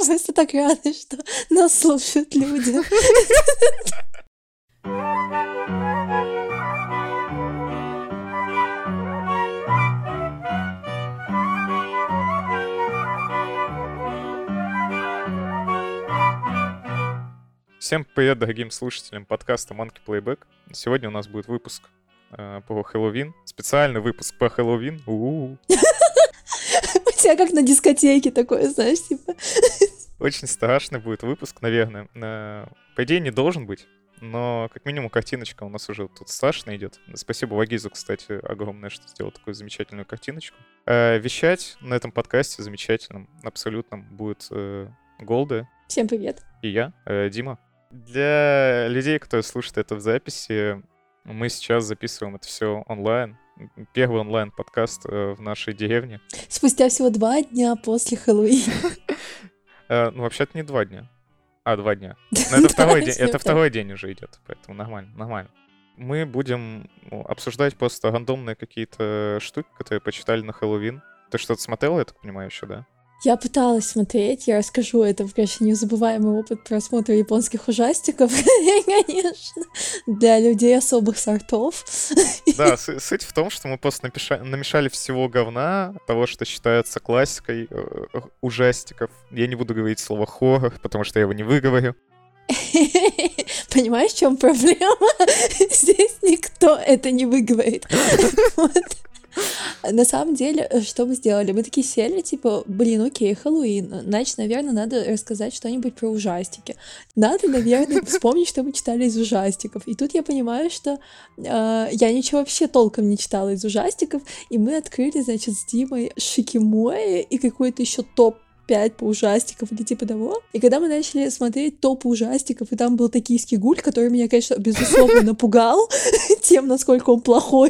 просто так рады, что нас слушают люди. Всем привет, дорогим слушателям подкаста Monkey Playback. Сегодня у нас будет выпуск по Хэллоуин. Специальный выпуск по Хэллоуин. У тебя как на дискотеке такое, знаешь, типа. Очень страшный будет выпуск, наверное. По идее, не должен быть, но как минимум картиночка у нас уже тут страшно идет. Спасибо Вагизу, кстати, огромное, что сделал такую замечательную картиночку. Вещать на этом подкасте замечательном, абсолютном, будет Голда. Всем привет. И я, Дима. Для людей, кто слушает это в записи, мы сейчас записываем это все онлайн. Первый онлайн-подкаст в нашей деревне. Спустя всего 2 дня после Хэллоуина. Ну, вообще-то не 2 дня. 2 дня. Но это второй день уже идет, поэтому нормально. Мы будем обсуждать просто рандомные какие-то штуки, которые почитали на Хэллоуин. Ты что-то смотрела, я так понимаю, еще, да? Я пыталась смотреть, я расскажу, это, конечно, незабываемый опыт просмотра японских ужастиков, конечно, для людей особых сортов. Да, суть в том, что мы просто намешали всего говна, того, что считается классикой ужастиков. Я не буду говорить слово хоррор, потому что я его не выговорю. Понимаешь, в чем проблема? Здесь никто это не выговорит. На самом деле, что мы сделали? Мы такие сели, типа, окей, Хэллоуин, значит, наверное, надо рассказать что-нибудь про ужастики. Надо, наверное, вспомнить, что мы читали из ужастиков. И тут я понимаю, что я ничего вообще толком не читала из ужастиков, и мы открыли, значит, с Димой Шикимори и какой-то еще топ 5 по ужастиков или типа того. И когда мы начали смотреть топ ужастиков, и там был токийский гуль, который меня, конечно, безусловно напугал тем, насколько он плохой.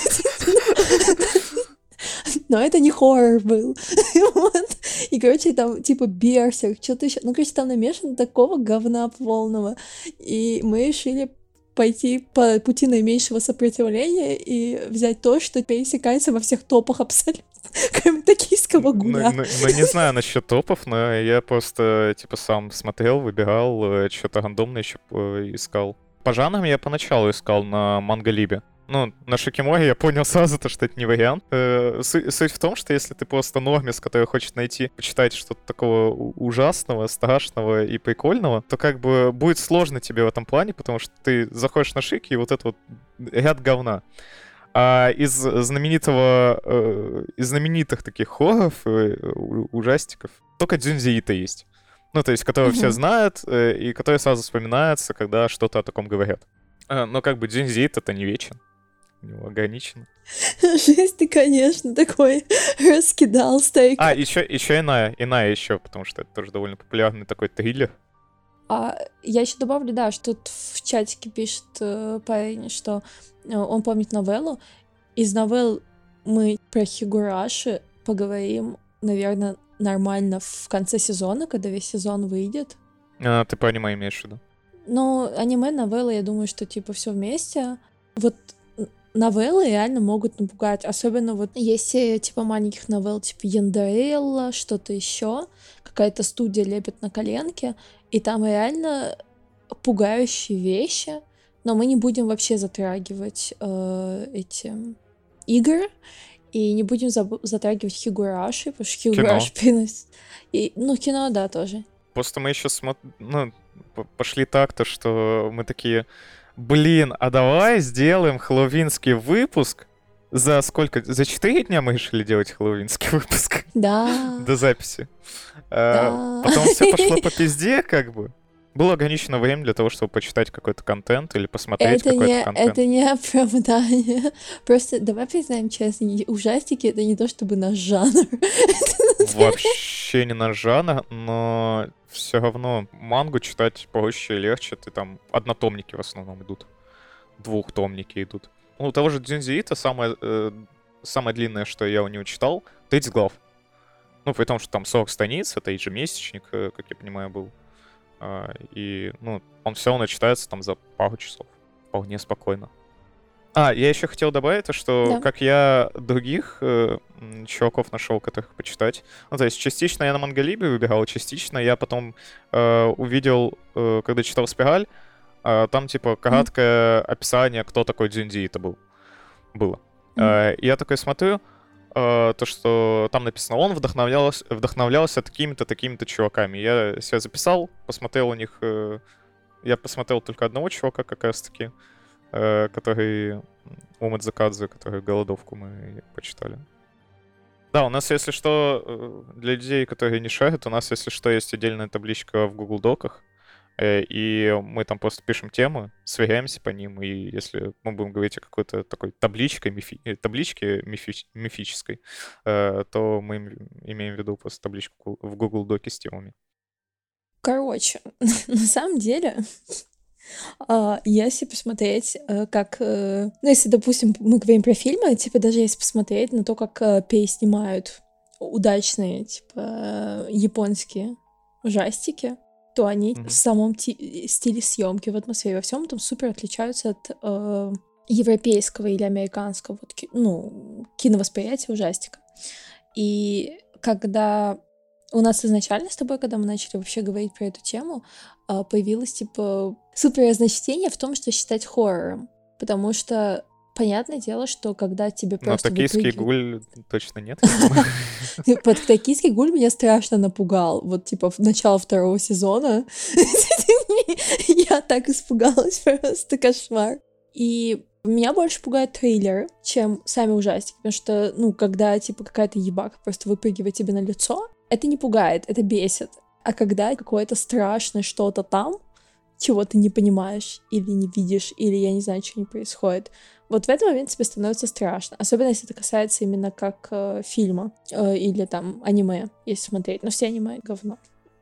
Но это не хоррор был. Вот. И, короче, там типа Берсерк, что-то еще. Ну, короче, там намешано такого говна полного. И мы решили пойти по пути наименьшего сопротивления и взять то, что пересекается во всех топах абсолютно, кроме токийского гуля. Ну, не знаю насчет топов, но я просто, типа, сам смотрел, выбирал, что-то рандомно еще искал. По жанрам я поначалу искал на Манголибе. Ну, на Шикимори я понял сразу, что это не вариант. Суть в том, что если ты просто нормис, который хочет найти, почитать что-то такого ужасного, страшного и прикольного, то как бы будет сложно тебе в этом плане, потому что ты заходишь на Шики и вот это вот ряд говна. А из знаменитых таких хорроров, ужастиков, только Дзюнзи Ито есть. Ну, то есть, которые все знают, и которые сразу вспоминаются, когда что-то о таком говорят. Но как бы Дзюнзи Ито-то не вечен. У него ограничено. Жесть ты, конечно, такой раскидал стейк. Еще иная еще, потому что это тоже довольно популярный такой триллер. Я еще добавлю, да, что тут в чатике пишет парень, что он помнит новеллу. Из новелл мы про Хигураши поговорим, наверное, нормально в конце сезона, когда весь сезон выйдет. Ты по аниме имеешь в виду? Ну, аниме, новеллы, я думаю, что типа все вместе. Вот новеллы реально могут напугать. Особенно вот есть серия типа маленьких новелл, типа Яндерелла, что-то еще. Какая-то студия лепит на коленке. И там реально пугающие вещи. Но мы не будем вообще затрагивать эти игры. И не будем затрагивать Хигураши, потому что Хигураши приносит... кино, да, тоже. Просто мы еще пошли так-то, что мы такие... Блин, а давай сделаем хэллоуинский выпуск. За сколько? За 4 дня мы решили делать хэллоуинский выпуск. Да. До записи. Да. Потом все пошло по пизде, как бы. Было ограничено время для того, чтобы почитать какой-то контент или посмотреть какой-то контент. Это не оправдание. Просто давай признаем честно, ужастики — это не то чтобы наш жанр. Вообще не наш жанр, но все равно мангу читать проще и легче. Ты там однотомники в основном идут. Двухтомники идут. Ну, у того же Дзюнзи Ито самое длинное, что я у него читал, 30 глав. Ну, при том, что там 40 страниц, это ежемесячник, как я понимаю, был. И, он все равно читается там за пару часов. Вполне спокойно. Я еще хотел добавить, что Да. как я других чуваков нашел, которых почитать. Ну, то есть частично я на Монголибе выбегал, частично я потом увидел, когда читал Спираль, там типа Мгм. краткое описание, кто такой Дзюньзи это было. Мгм. И я такой смотрю, то, что там написано, он вдохновлялся такими-то, такими-то чуваками. Я себя записал, посмотрел у них... Я посмотрел только одного чувака как раз-таки, который Умэдзакадзе, который «Голодовку» мы почитали. Да, у нас, если что, для людей, которые не шарят, у нас, если что, есть отдельная табличка в Google Доках, и мы там просто пишем темы, сверяемся по ним, и если мы будем говорить о какой-то такой табличке мифической, то мы имеем в виду просто табличку в Google Доке с темами. Короче, на самом деле, если посмотреть, как... Ну, если, допустим, мы говорим про фильмы, типа, даже если посмотреть на то, как переснимают удачные, типа, японские ужастики, то они в Мгм. самом стиле съемки, в атмосфере, во всем этом супер отличаются от европейского или американского вот, киновосприятия ужастика. И когда у нас изначально с тобой, когда мы начали вообще говорить про эту тему, появилось, типа, супер разночтение в том, что считать хоррором. Потому что, понятное дело, что когда тебе Но просто «Токийский выпрыгивает... гуль» точно нет, я думаю. Под «Токийский гуль» меня страшно напугал. Вот, типа, в начало 2-го сезона я так испугалась, просто кошмар. И меня больше пугают трейлеры, чем сами ужастики, потому что, ну, когда, типа, какая-то ебака просто выпрыгивает тебе на лицо, это не пугает, это бесит. А когда какое-то страшное что-то там, чего ты не понимаешь или не видишь, или я не знаю, что не происходит, вот в этот момент тебе становится страшно. Особенно, если это касается именно как фильма или там аниме, если смотреть. Но все аниме — говно.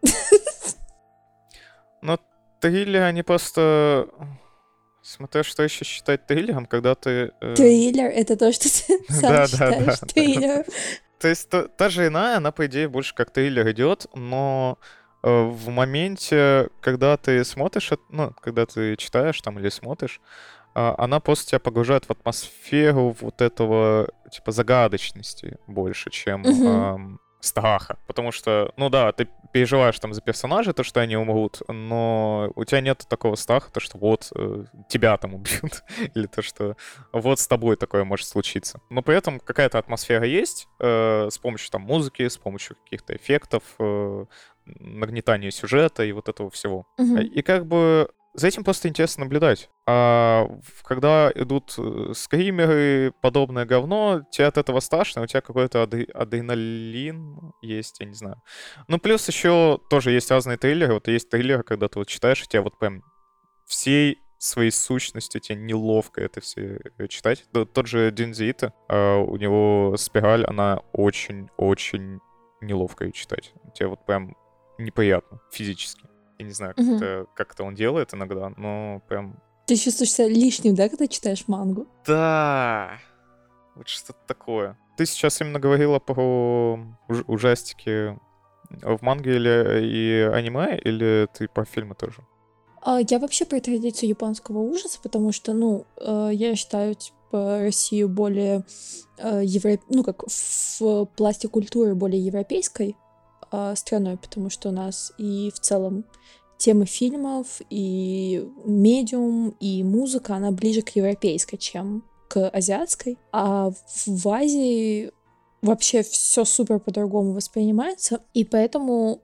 Но триллеры, они просто... Смотря что еще считать триллером, когда ты... Триллер — это то, что ты сам Да. считаешь триллером. То есть та же иная, она, по идее, больше как триллер идет, но в моменте, когда ты смотришь, ну, когда ты читаешь там или смотришь, она просто тебя погружает в атмосферу вот этого, типа, загадочности больше, чем Мгм. страха. Потому что, ну да, ты переживаешь там за персонажей, то, что они умрут, но у тебя нет такого страха, то, что вот тебя там убьют, или то, что вот с тобой такое может случиться. Но при этом какая-то атмосфера есть с помощью там музыки, с помощью каких-то эффектов, нагнетания сюжета и вот этого всего. Мгм. И как бы за этим просто интересно наблюдать. Когда идут скримеры, подобное говно, тебе от этого страшно, у тебя какой-то адреналин есть, я не знаю. Ну, плюс еще тоже есть разные триллеры. Вот есть триллеры, когда ты вот читаешь, и тебя вот прям всей своей сущностью тебе неловко это все читать. Тот же Динзи Ито, у него «Спираль», она очень-очень неловко ее читать. Тебе вот прям неприятно физически. Я не знаю, Мгм. как это он делает иногда, но прям... Ты чувствуешь себя лишним, да, когда читаешь мангу? Да, вот что-то такое. Ты сейчас именно говорила про ужастики в манге и аниме, или ты по фильму тоже? Я вообще про традицию японского ужаса, потому что, ну, я считаю, типа, Россию более ну, как в пласте культуры более европейской страной, потому что у нас и в целом темы фильмов, и медиум, и музыка, она ближе к европейской, чем к азиатской. А в Азии вообще все супер по-другому воспринимается, и поэтому,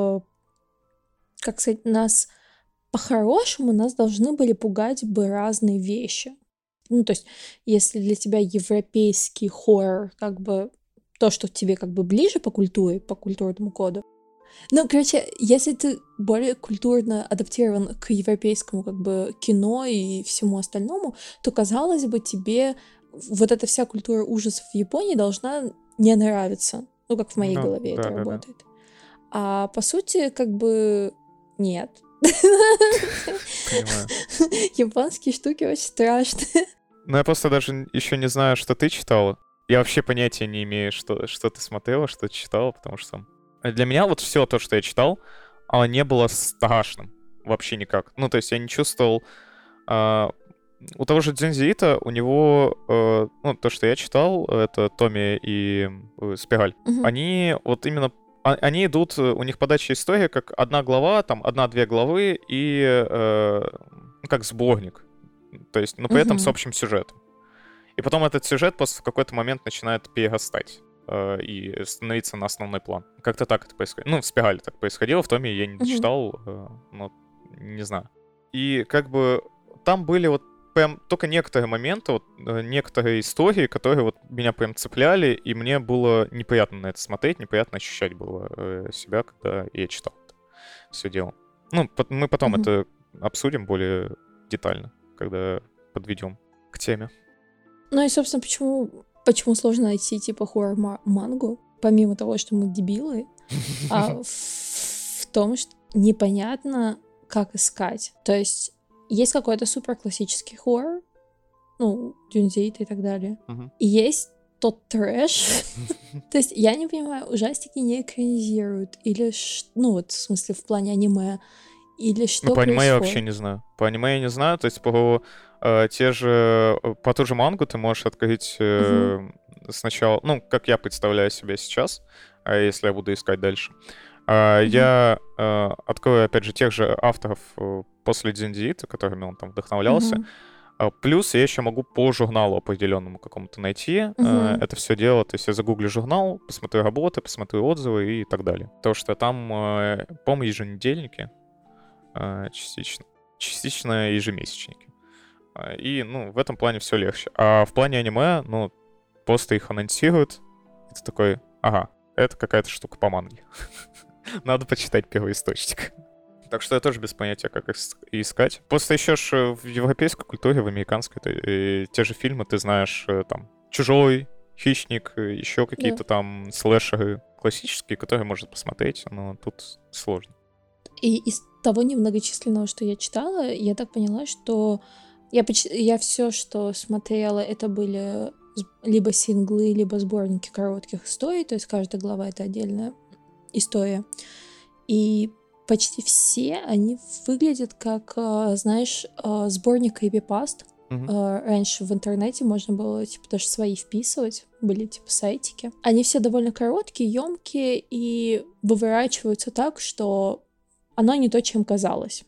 как сказать, по-хорошему нас должны были пугать бы разные вещи. Ну, то есть, если для тебя европейский хоррор как бы то, что тебе как бы ближе по культуре, по культурному коду. Ну, короче, если ты более культурно адаптирован к европейскому как бы кино и всему остальному, то, казалось бы, тебе вот эта вся культура ужасов в Японии должна не нравиться. Ну, как в моей Ну, голове это да. работает. А по сути, как бы нет. Понимаю. Японские штуки очень страшные. Ну, я просто даже еще не знаю, что ты читала. Я вообще понятия не имею, что ты смотрела, что читала, потому что для меня вот все то, что я читал, оно не было страшным. Вообще никак. Ну, то есть я не чувствовал... а, у того же Дзюнзиита, у него, ну, то, что я читал, это Томи и Спигаль, они вот именно, они идут, у них подача истории как одна глава, там, одна-две главы и ну, как сборник. То есть, но при этом с общим сюжетом. И потом этот сюжет просто в какой-то момент начинает перерастать и становиться на основной план. Как-то так это происходит. Ну, в Спирали так происходило, в Томе я не читал, но не знаю. И как бы там были вот прям только некоторые моменты, вот некоторые истории, которые вот меня прям цепляли, и мне было неприятно на это смотреть, неприятно ощущать было себя, когда я читал это все дело. Ну, мы потом это обсудим более детально, когда подведем к теме. Ну и, собственно, почему сложно найти, типа, хоррор-мангу, помимо того, что мы дебилы, в том, что непонятно, как искать. То есть есть какой-то супер классический хоррор, ну, Дзюнзиита и так далее, и есть тот трэш. То есть я не понимаю, ужастики не экранизируют, или, ну, вот, в смысле, в плане аниме, или что происходит? Ну, по аниме я вообще не знаю. По аниме я не знаю, то есть по ту же мангу ты можешь открыть сначала, ну, как я представляю себе сейчас, если я буду искать дальше. Я открою, опять же, тех же авторов после Дзюнзиита, которыми он там вдохновлялся. Плюс я еще могу по журналу определенному какому-то найти это все дело. То есть я загуглю журнал, посмотрю работы, посмотрю отзывы и так далее. Потому что там, по-моему, еженедельники частично ежемесячники. И, ну, в этом плане все легче. А в плане аниме, ну, просто их анонсируют, и ты такой, ага, это какая-то штука по манге. Надо почитать первоисточник. Так что я тоже без понятия, как их искать. Просто еще ж в европейской культуре, в американской, те же фильмы, ты знаешь, там, «Чужой», «Хищник», еще какие-то там слэшеры классические, которые можно посмотреть, но тут сложно. И из того немногочисленного, что я читала, я так поняла, что я все, что смотрела, это были либо синглы, либо сборники коротких историй, то есть каждая глава — это отдельная история. И почти все они выглядят как, знаешь, сборник крипипаст. Раньше в интернете можно было, типа, даже свои вписывать, были, типа, сайтики. Они все довольно короткие, ёмкие и выворачиваются так, что оно не то, чем казалось.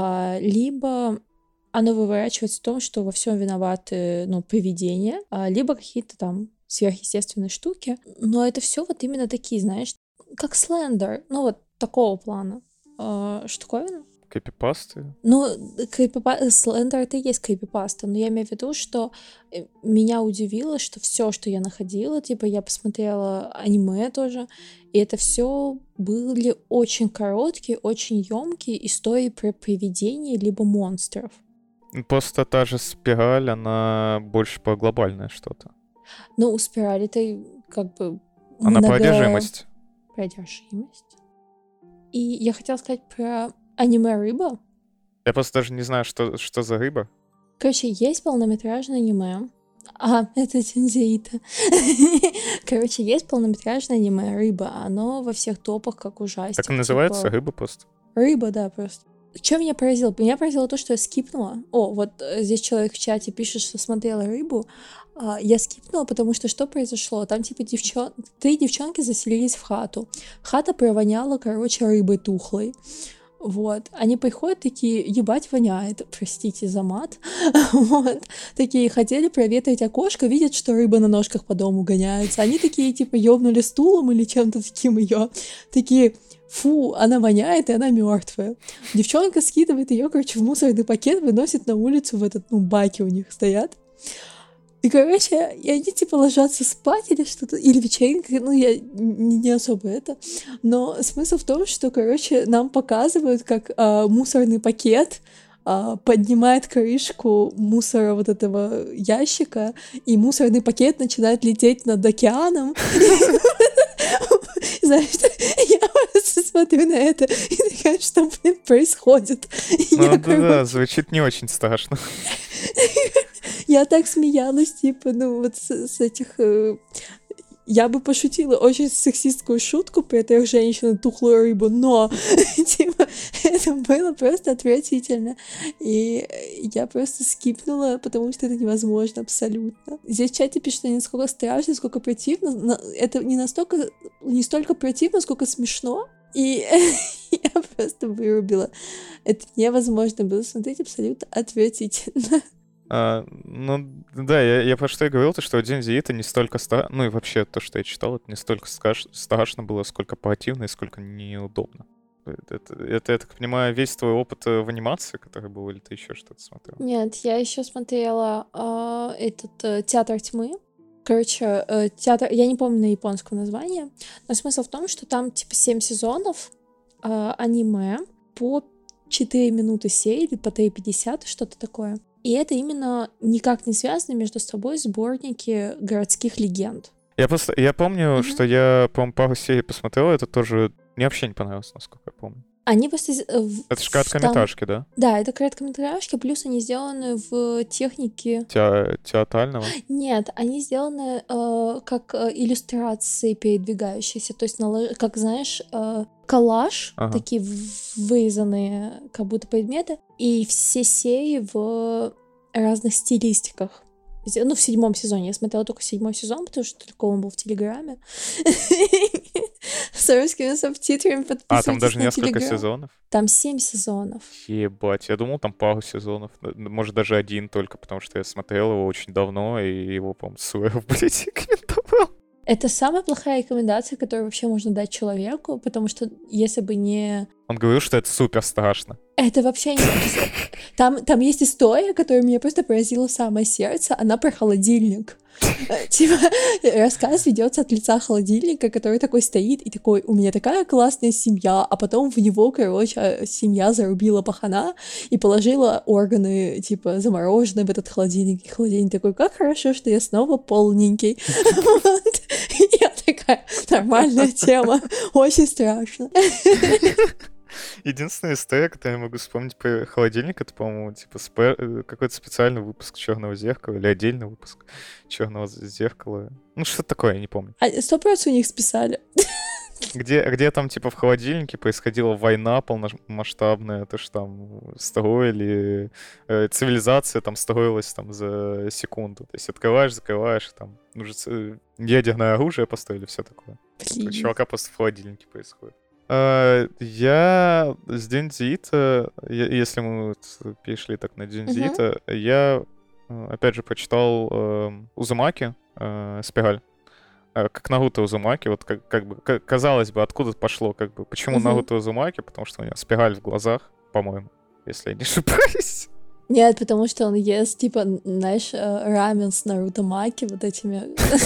Либо оно выворачивается в том, что во всем виноваты, ну, привидения, либо какие-то там сверхъестественные штуки. Но это все вот именно такие, знаешь, как Слендер, ну, вот такого плана штуковина. Крипипасты? Ну, Слендер — это и есть крипипаста, но я имею в виду, что меня удивило, что все, что я находила, типа, я посмотрела аниме тоже, и это все были очень короткие, очень ёмкие истории про привидений либо монстров. Просто та же «Спираль», она больше по глобальное что-то. Ну, у «Спирали» это как бы Она про одержимость. Про одержимость. И я хотела сказать про аниме-рыба. Я просто даже не знаю, что за рыба. Короче, есть полнометражное аниме. Это Дзюнзиита. Короче, есть полнометражное аниме «Рыба». Оно во всех топах как ужастик. Так и называется, типа... «Рыба» просто? «Рыба», да, просто. Что меня поразило? Меня поразило то, что я скипнула. Вот здесь человек в чате пишет, что смотрела «Рыбу». Я скипнула, потому что произошло? Там, типа, 3 девчонки заселились в хату. Хата провоняла, короче, рыбой тухлой. Вот. Они приходят такие, ебать, воняет, простите за мат. Вот. Такие хотели проветрить окошко, видят, что рыба на ножках по дому гоняется. Они такие, типа, ёбнули стулом или чем-то таким ее. Такие, фу, она воняет, и она мертвая. Девчонка скидывает ее, короче, в мусорный пакет, выносит на улицу в этот, ну, баки у них стоят. И, короче, и они, типа, ложатся спать или что-то, или вечеринка, ну, я не особо это, но смысл в том, что, короче, нам показывают, как мусорный пакет поднимает крышку мусора вот этого ящика, и мусорный пакет начинает лететь над океаном. Знаешь, я просто смотрю на это и такая, что, блин, происходит? Ну да, звучит не очень страшно. Я так смеялась, типа, ну вот с этих... Я бы пошутила очень сексистскую шутку про эту женщину, тухлую рыбу, но, типа, это Это было просто отвратительно. И я просто скипнула, потому что это невозможно абсолютно. Здесь в чате пишут, что не настолько страшно, сколько противно. Это не столько противно, сколько смешно. И я просто вырубила. Это невозможно было смотреть, абсолютно отвратительно. Ну, да, я про что и говорил, то, что DayZ это не столько страшно, ну и вообще то, что я читал, это не столько страшно было, сколько противно и сколько неудобно. Это, я так понимаю, весь твой опыт в анимации, который был, или ты еще что-то смотрел? Нет, я еще смотрела «Театр тьмы». Короче, театр, я не помню на японском название, но смысл в том, что там типа 7 сезонов аниме по 4 минуты серии, по 3:50, что-то такое. И это именно никак не связано между собой сборники городских легенд. Я помню, что я, по-моему, пару серий посмотрел, это тоже мне вообще не понравилось, насколько я помню. Они просто... Это же короткометражки, да? Да, это короткометражки, плюс они сделаны в технике... Театрального? Нет, они сделаны как иллюстрации передвигающиеся, то есть, как, знаешь, коллаж, такие вырезанные как будто предметы, и все серии в разных стилистиках. Ну, в 7 сезоне. Я смотрела только 7 сезон, потому что только он был в Телеграме. С русскими субтитрами подписывайтесь там даже на несколько Телеграм. сезонов? Там 7 сезонов. Ебать, я думал, там пару сезонов. Может, даже один только, потому что я смотрел его очень давно, и его, по-моему, Суэров, блядь, рекомендовал. Это самая плохая рекомендация, которую вообще можно дать человеку, потому что если бы не... Он говорил, что это супер страшно. Это вообще не... Там есть история, которая меня просто поразила в самое сердце. Она про холодильник. Типа, рассказ ведется от лица холодильника, который такой стоит и такой: у меня такая классная семья, а потом в него, короче, семья зарубила пахана и положила органы, типа, замороженные в этот холодильник. И холодильник такой: как хорошо, что я снова полненький. Я такая: нормальная тема, очень страшно. Единственная история, которую я могу вспомнить про холодильник, это, по-моему, типа какой-то специальный выпуск «Черного зеркала» или отдельный выпуск «Черного зеркала». Ну, что-то такое, я не помню. 100% у них списали. Где там, типа, в холодильнике происходила война полномасштабная, то, что там строили, цивилизация там строилась там за секунду. То есть открываешь, закрываешь, там, уже ядерное оружие поставили, все такое. У чувака просто в холодильнике происходит. Я с DayZ, если мы перешли так на DayZ, я, опять же, прочитал Узумаки, Спираль. Как Наруто Узумаки, вот как бы, казалось бы, откуда пошло, как бы, почему Наруто Узумаки, потому что у него спираль в глазах, по-моему, если я не ошибаюсь. Нет, потому что он ест, типа, знаешь, рамен с Наруто Маки, вот этими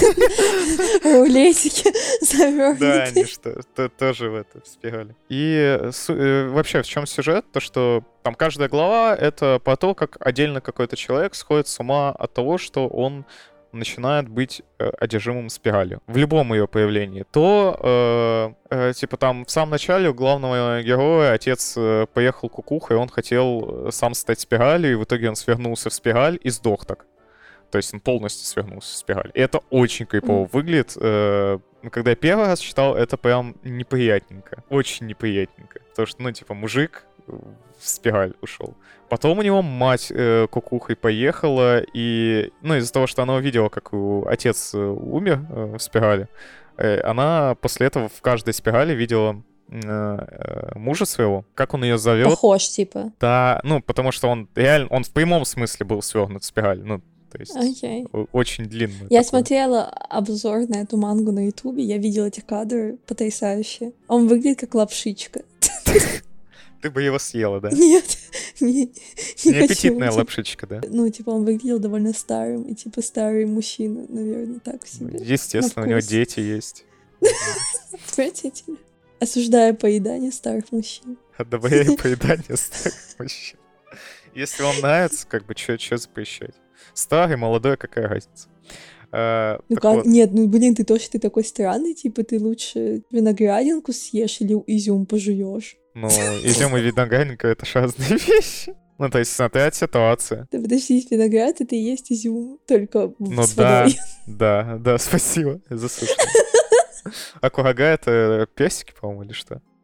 рулетики завёрнутые. Да, они что, тоже в спирали. И вообще, в чем сюжет? То, что там каждая глава — это про то, как отдельно какой-то человек сходит с ума от того, что он начинает быть одержимым спиралью. В любом ее проявлении. То, типа, там в самом начале у главного героя отец поехал кукухой, и он хотел сам стать спиралью, и в итоге он свернулся в спираль и сдох так. То есть он полностью свернулся в спираль. И это очень кайпово выглядит. Когда я первый раз читал, это прям неприятненько. Очень неприятненько. Потому что, ну, типа, мужик в спираль ушел. Потом у него мать кукухой поехала, и, ну, из-за того, что она увидела, как отец умер в спирали, она после этого в каждой спирали видела мужа своего, как он ее зовет. Похож, типа. Да, ну, потому что он реально, он в прямом смысле был свернут в спираль, ну, то есть очень длинный. Я смотрела обзор на эту мангу на Ютубе, я видела эти кадры потрясающие. Он выглядит как лапшичка. Ты бы его съела, да? Нет, не аппетитная лапшичка, да? Ну, типа, он выглядел довольно старым, и, типа, старый мужчина, наверное, так себе. Естественно, у него дети есть. Отвратительно. Осуждаю поедание старых мужчин. Одобряю поедание старых мужчин. Если вам нравится, как бы, что запрещать? Старый, молодой, какая разница? Ну как? Вот. Нет, ну блин, ты такой странный, типа ты лучше виноградинку съешь или изюм пожуешь. Ну, изюм и виноградинка — это же разные вещи. Ну, то есть, смотря от ситуации. Да подожди, виноград — это и есть изюм, только ну, с водой. Да, спасибо, заслушал. А курага — это персики, по-моему, или что?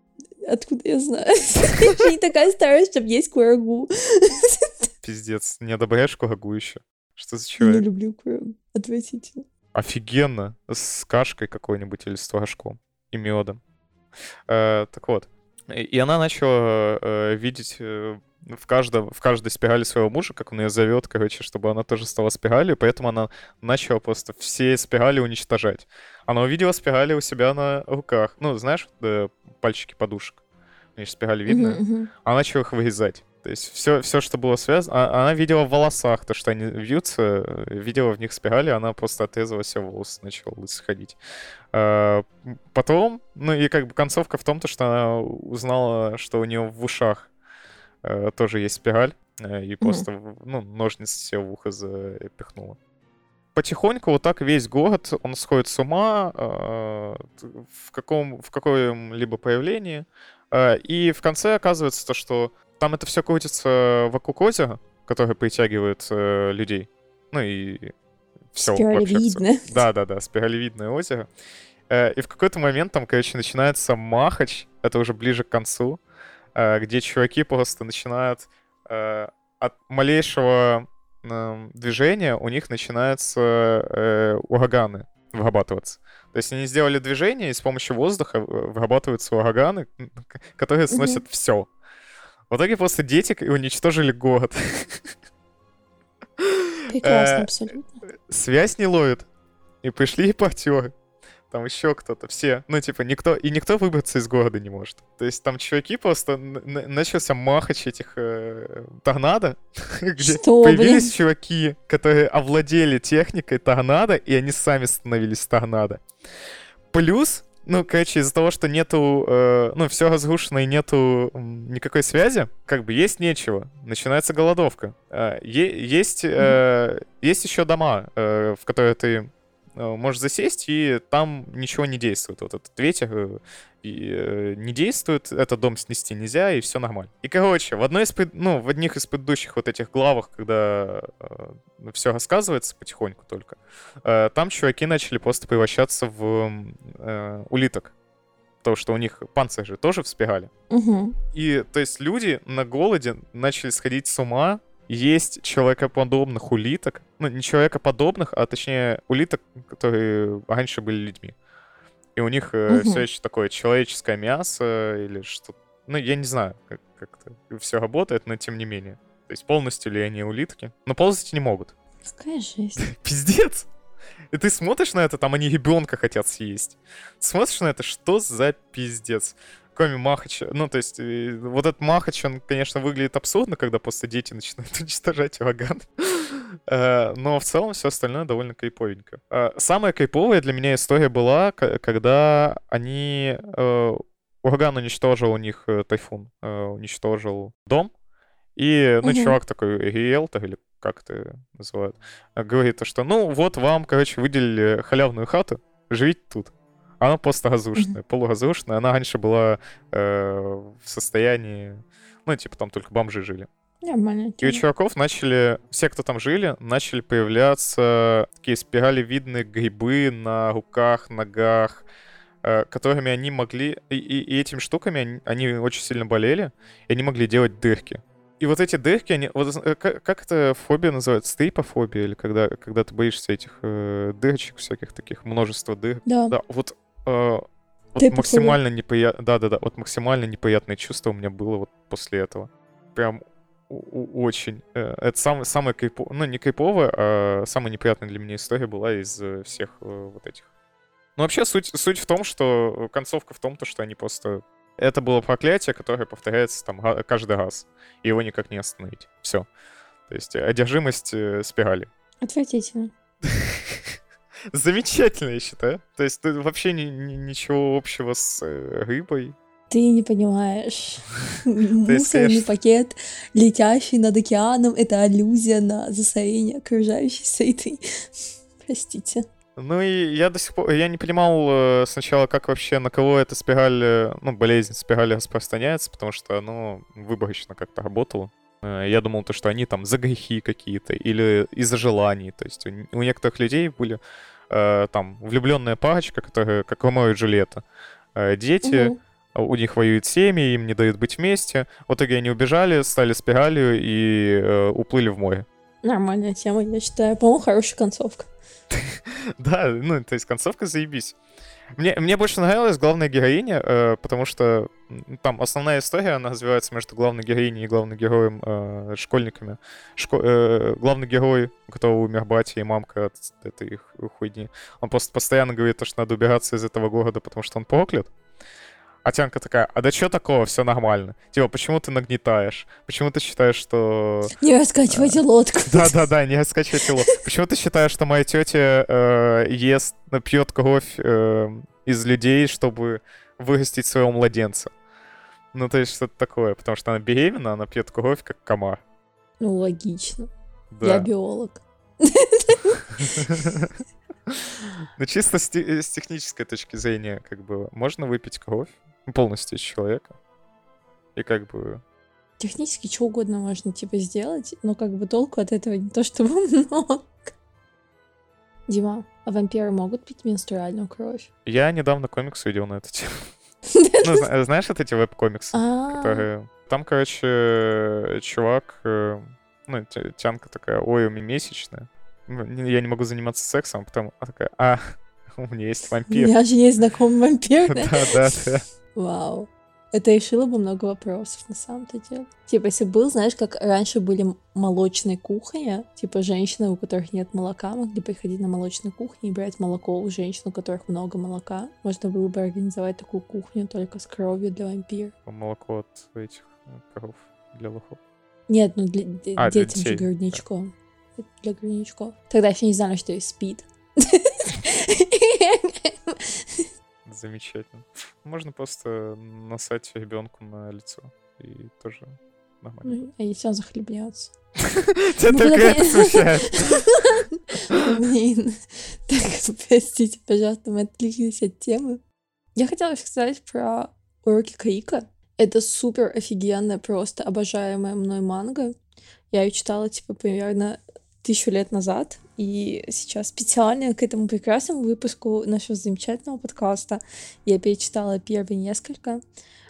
Откуда я знаю? Я же не такая старая, чтобы есть курагу. Пиздец, не одобряешь курагу еще? Что за Не человек? люблю курагу. Отвратительно. Офигенно. С кашкой какой-нибудь или с творожком и медом. Так вот. И она начала видеть в каждой спирали своего мужа, как он ее зовет, короче, чтобы она тоже стала спиралью, поэтому она начала просто все спирали уничтожать. Она увидела спирали у себя на руках. Ну, знаешь, пальчики подушек. Они же спирали видны. Она начала их вырезать. То есть все, что было связано... Она видела в волосах то, что они вьются, видела в них спирали, она просто отрезала все волосы, начала лысо ходить. Потом, ну и как бы концовка в том, то, что она узнала, что у нее в ушах тоже есть спираль, и просто ножницы себе в ухо запихнула. Потихоньку вот так весь город, он сходит с ума в каком-либо появлении, и в конце оказывается то, что там это все крутится вокруг озера, которое притягивает людей. Ну и все. Спиралевидное. Да, спиралевидное озеро. И в какой-то момент там, короче, начинается махач, это уже ближе к концу, где чуваки просто начинают от малейшего движения у них начинаются ураганы вырабатываться. То есть они сделали движение, и с помощью воздуха вырабатываются ураганы, которые сносят все. В итоге просто дети уничтожили город. Прекрасно, абсолютно. Связь не ловит. И пришли репортеры. Там еще кто-то, все. Ну, типа, никто выбраться из города не может. То есть там чуваки просто... Начался махач этих торнадо, где появились чуваки, которые овладели техникой торнадо, и они сами становились торнадо. Плюс, ну, короче, из-за того, что нету... все разрушено и нету никакой связи, как бы есть нечего. Начинается голодовка. Есть еще дома, в которые ты можешь засесть, и там ничего не действует. Вот этот ветер не действует, этот дом снести нельзя, и все нормально. И, короче, в одних из предыдущих вот этих главах, когда все рассказывается потихоньку только, там чуваки начали просто превращаться в улиток. Потому что у них панцирь же тоже в спирали. И, то есть, люди на голоде начали сходить с ума, есть человекоподобных улиток. Ну, не человекоподобных, а точнее улиток, которые раньше были людьми. И у них все еще такое человеческое мясо или что-то. Ну, я не знаю, как это все работает, но тем не менее. То есть полностью ли они улитки? Но ползать не могут. Какая жесть. Пиздец! И ты смотришь на это, там они ребенка хотят съесть. Смотришь на это, что за пиздец? Кроме махача. Ну, то есть, вот этот махач, он, конечно, выглядит абсурдно, когда просто дети начинают уничтожать ураган. Но в целом все остальное довольно кайповенько. Самая кайповая для меня история была, когда ураган уничтожил у них, тайфун, уничтожил дом. И, чувак такой, риэлтор, или как это называют, говорит, что, вот вам, короче, выделили халявную хату, живите тут. Она просто разрушенная, полуразрушенная. Она раньше была в состоянии... там только бомжи жили. Нормально. И у чуваков все, кто там жили, начали появляться такие спиралевидные грибы на руках, ногах, которыми они могли... И этими штуками они очень сильно болели, и они могли делать дырки. И вот эти дырки, как это фобия называется? Стрипофобия? Или когда ты боишься этих дырочек всяких таких, множество дыр? Да. Вот максимально неприятно... Да. Вот максимально неприятное чувство у меня было вот после этого. Прям очень. Это самое кайповое... Ну, не кайповое, а самая неприятная для меня история была из всех вот этих. Ну, вообще, суть в том, что... Концовка в том, что они просто... Это было проклятие, которое повторяется там каждый раз. И его никак не остановить. Все. То есть одержимость спирали. Отвратительно. Замечательно, я считаю. То есть вообще ничего общего с рыбой. Ты не понимаешь. Мусорный пакет, летящий над океаном, это аллюзия на засорение окружающей среды. Простите. Ну и я до сих пор... Я не понимал сначала, как вообще на кого эта спираль... болезнь спирали распространяется, потому что, выборочно как-то работало. Я думал, что они там за грехи какие-то или из-за желаний. То есть у некоторых людей были там влюбленная парочка, которая как Ромео и Джульетта. Дети, у них воюют семьи, им не дают быть вместе. В итоге они убежали, стали спиралью и уплыли в море. Нормальная тема, я считаю. По-моему, хорошая концовка. Да, ну, то есть концовка заебись. Мне больше нравилась главная героиня, потому что там основная история, она развивается между главной героиней и главным героем, школьниками. Главный герой, у которого умер батя и мамка от этой их хуйни, он просто постоянно говорит, что надо убираться из этого города, потому что он проклят. А Тянка такая, а да что такого, все нормально. Типа, почему ты нагнетаешь? Почему ты считаешь, что... Не раскачивайте лодку. Да-да-да, не раскачивайте лодку. Почему ты считаешь, что моя тетя пьет кровь из людей, чтобы вырастить своего младенца? Ну, то есть что-то такое. Потому что она беременна, она пьет кровь, как комар. Ну, логично. Да. Я биолог. Ну, чисто с технической точки зрения, как бы, можно выпить кровь полностью из человека. И как бы... Технически что угодно можно, типа, сделать, но как бы толку от этого не то чтобы много. Дима, а вампиры могут пить менструальную кровь? Я недавно комикс увидел на эту тему. Ну, знаешь, вот эти веб-комиксы, которые... Там, короче, чувак, ну, Тянка такая, ой, у меня месячная. Я не могу заниматься сексом, потом она такая, у меня есть У вампир. меня же есть знакомый вампир, да? Да. Вау. Это решило бы много вопросов, на самом-то деле. Типа, если был, знаешь, как раньше были молочные кухни, типа, женщины, у которых нет молока, могли приходить на молочную кухню и брать молоко у женщин, у которых много молока. Можно было бы организовать такую кухню только с кровью для вампиров. Молоко от этих коров для лохов. Нет, ну для детям же детей, грудничков. Да. Для грудничков. Тогда еще не знали, что есть спид. Замечательно. Можно просто насать ребенку на лицо. И тоже нормально. А если он захлебнется? Тебя только это смущает. Блин. Так, простите, пожалуйста, мы отвлеклись от темы. Я хотела сказать про уроки Крика. Это супер офигенная, просто обожаемая мной манга. Я ее читала, типа, примерно 1000 лет назад. И сейчас специально к этому прекрасному выпуску нашего замечательного подкаста я перечитала первые несколько.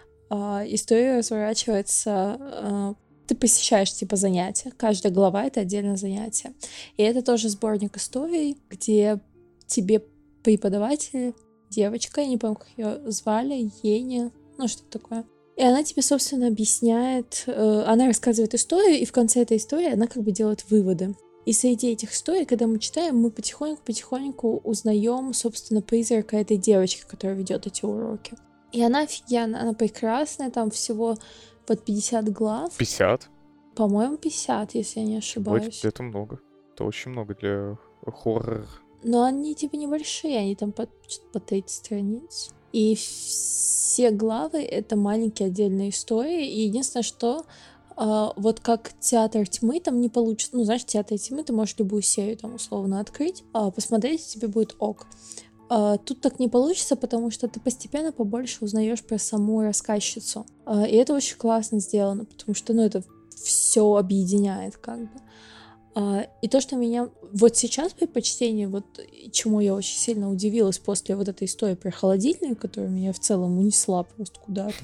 История разворачивается... Ты посещаешь, типа, занятия. Каждая глава — это отдельное занятие. И это тоже сборник историй, где тебе преподаватель, девочка, я не помню, как ее звали, Ени, ну, что такое. И она тебе, собственно, объясняет... Она рассказывает историю, и в конце этой истории она как бы делает выводы. И среди этих историй, когда мы читаем, мы потихоньку узнаем, собственно, призрака этой девочки, которая ведет эти уроки. И она офигенная, она прекрасная, там всего под 50 глав. 50? По-моему, 50, если я не ошибаюсь. Это много. Это очень много для хоррора. Но они типа небольшие, они там по 30 страниц. И все главы — это маленькие отдельные истории. И единственное, что... вот как Театр тьмы там не получится. Ну, знаешь, Театр тьмы ты можешь любую серию там условно открыть, посмотреть, тебе будет ок. Тут так не получится, потому что ты постепенно побольше узнаешь про саму рассказчицу. И это очень классно сделано, потому что, ну, это все объединяет как бы. И то, что меня вот сейчас при почтении, вот чему я очень сильно удивилась после вот этой истории про холодильник, которая меня в целом унесла просто куда-то,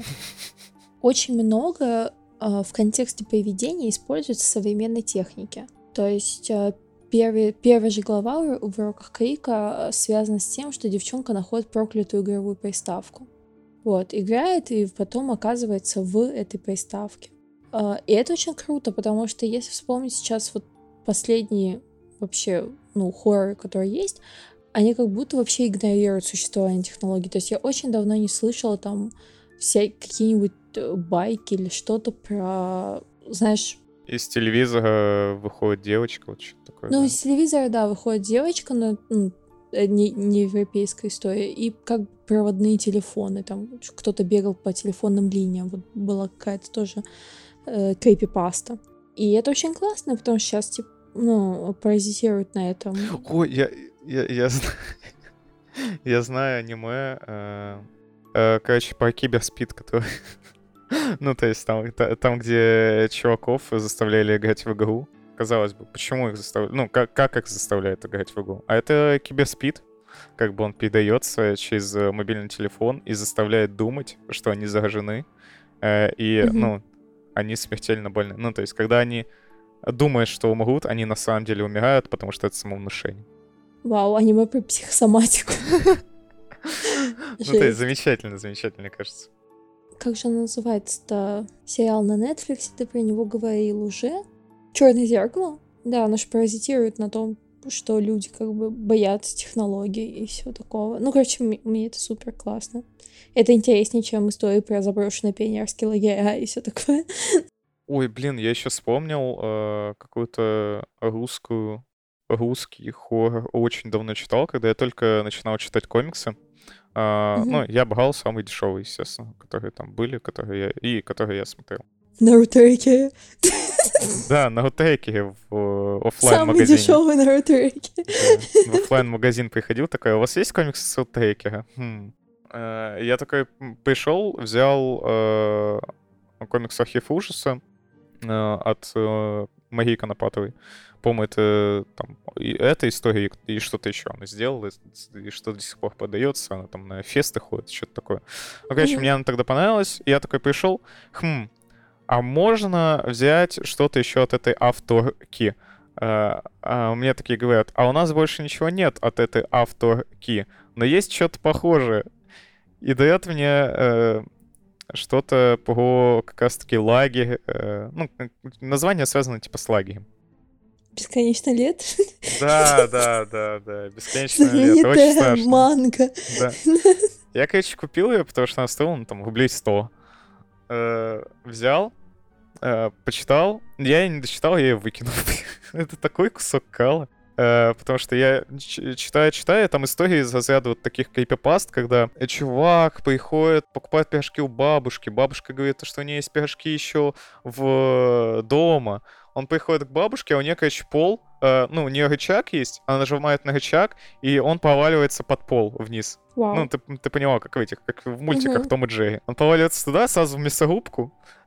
очень много в контексте поведения используются современной техники. То есть первая же глава в уроках Крика связана с тем, что девчонка находит проклятую игровую приставку. Вот, играет и потом оказывается в этой приставке. И это очень круто, потому что если вспомнить сейчас вот последние вообще, ну, хорроры, которые есть, они как будто вообще игнорируют существование технологий. То есть я очень давно не слышала там какие-нибудь байки или что-то про, знаешь... Из телевизора выходит девочка, вот что-то такое. Ну, да? из телевизора, да, выходит девочка, но не европейская история, и как проводные телефоны, там кто-то бегал по телефонным линиям, вот была какая-то тоже крипипаста. И это очень классно, потому что сейчас, типа, ну, паразитируют на этом. Ой, я знаю аниме, короче, про киберспид, который... Ну, то есть там, где чуваков заставляли играть в игру. Казалось бы, почему их заставляют? Ну, как их заставляют играть в игру? А это киберспид. как бы он передается через мобильный телефон и заставляет думать, что они заражены, и, Мгм. они смертельно больны. Ну, то есть, когда они думают, что умрут, они на самом деле умирают, потому что это самовнушение. Вау, аниме про психосоматику. Ну, то есть, Жесть. замечательно, замечательно, кажется. Как же он называется-то? Сериал на Netflix, ты про него говорил уже? Черное зеркало? Да, оно же паразитирует на том, что люди как бы боятся технологий и всего такого. Ну, короче, мне это супер классно. Это интереснее, чем истории про заброшенные пионерские лагеря и все такое. Ой, блин, я еще вспомнил какую-то русский хоррор. Очень давно читал, когда я только начинал читать комиксы. Мгм. Ну, я брал самые дешевые, естественно, которые там были, которые я смотрел. Наруто-реки. Да, на Готеке в оффлайн Самый магазине. дешевый Наруто-реки. Да, в оффлайн магазин приходил такой, у вас есть комиксы с Готекера? Я такой пришел, взял комикс «Архив ужаса» от Марии Конопатовой. По-моему, это там и эта история, и что-то еще она сделала, и что до сих пор продается, она там на фесты ходит, что-то такое. Ну, короче, Мгм. мне она тогда понравилась, и я такой пришел, а можно взять что-то еще от этой авторки? Мне такие говорят, а у нас больше ничего нет от этой авторки, но есть что-то похожее. И дает мне что-то про как раз-таки лагерь. Ну, название связано типа с лагерем. Бесконечно лет. Да, да, да, да. Бесконечное лето. Очень Знаменитая страшно. манга. Да. Я, короче, купил ее, потому что она стоила, ну, там, рублей 100. Взял, почитал. Я ее не дочитал, я ее выкинул. Это такой кусок кала. Потому что я читаю, там истории из разряда вот таких крипипаст, когда чувак приходит, покупает пирожки у бабушки, бабушка говорит, что у нее есть пирожки еще в дома. Он приходит к бабушке, а у нее, короче, пол, ну, у нее рычаг есть, она нажимает на рычаг, и он проваливается под пол вниз. Ну, Вау. ты поняла, как как в мультиках Мгм. Том и Джерри. Он проваливается туда, сразу в мясорубку,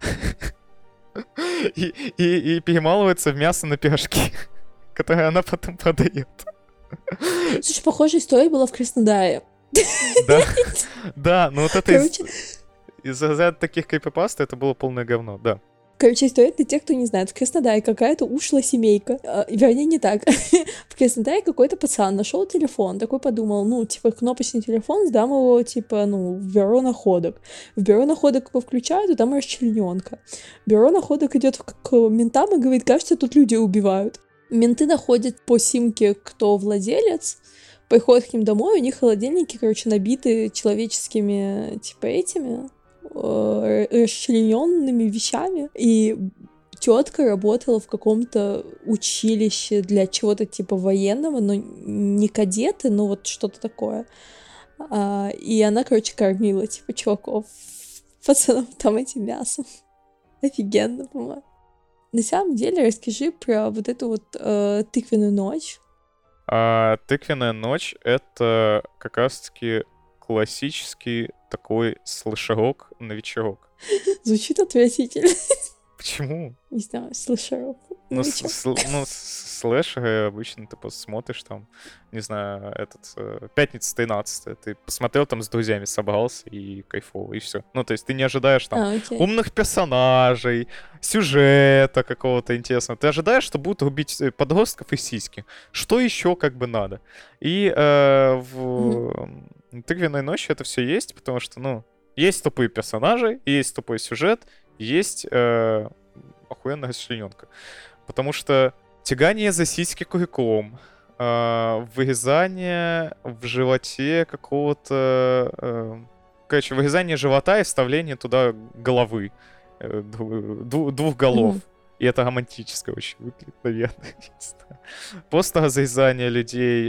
и перемалывается в мясо на пирожки, которые она потом продает. Слушай, похожая история была в Краснодаре. Да, да, ну вот это Короче, из-за таких крипипаст это было полное говно, да. история для тех, кто не знает. В Краснодаре какая-то ушлая семейка. Вернее, не так. В Краснодаре какой-то пацан нашел телефон, такой подумал, ну, типа, кнопочный телефон, сдам его, типа, ну, в бюро находок. В бюро находок его включают, и там расчлененка. Бюро находок идет к ментам и говорит, кажется, тут люди убивают. Менты находят по симке, кто владелец, приходят к ним домой, у них холодильники, короче, набиты человеческими, типа, этими расчлененными вещами. И тетка работала в каком-то училище для чего-то типа военного, но не кадеты, но вот что-то такое. И она, короче, кормила, типа, чуваков, пацанов там этим мясом. Офигенно, по-моему. На самом деле, расскажи про вот эту вот тыквенную ночь. Тыквенная ночь — это как раз-таки классический такой слэшерок на вечерок. Звучит отвратительно. Почему? Не знаю, слэшерок. Ну, Ну и чё? слэшеры обычно ты просто смотришь там, не знаю, «Пятница 13», ты посмотрел там с друзьями, собрался и кайфово, и все. Ну, то есть ты не ожидаешь там Окей. умных персонажей, сюжета какого-то интересного. Ты ожидаешь, что будут рубить подростков и сиськи. Что еще как бы надо? И Мгм. в «Тыквенной ночи» это все есть, потому что, ну, есть тупые персонажи, есть тупой сюжет, есть охуенная расчлененка. Потому что тягание за сиськи крюком, вырезание в животе какого-то... короче, вырезание живота и вставление туда головы. Двух голов. Мгм. И это романтическое очень выглядит, наверное. Не знаю. Просто разрезание людей.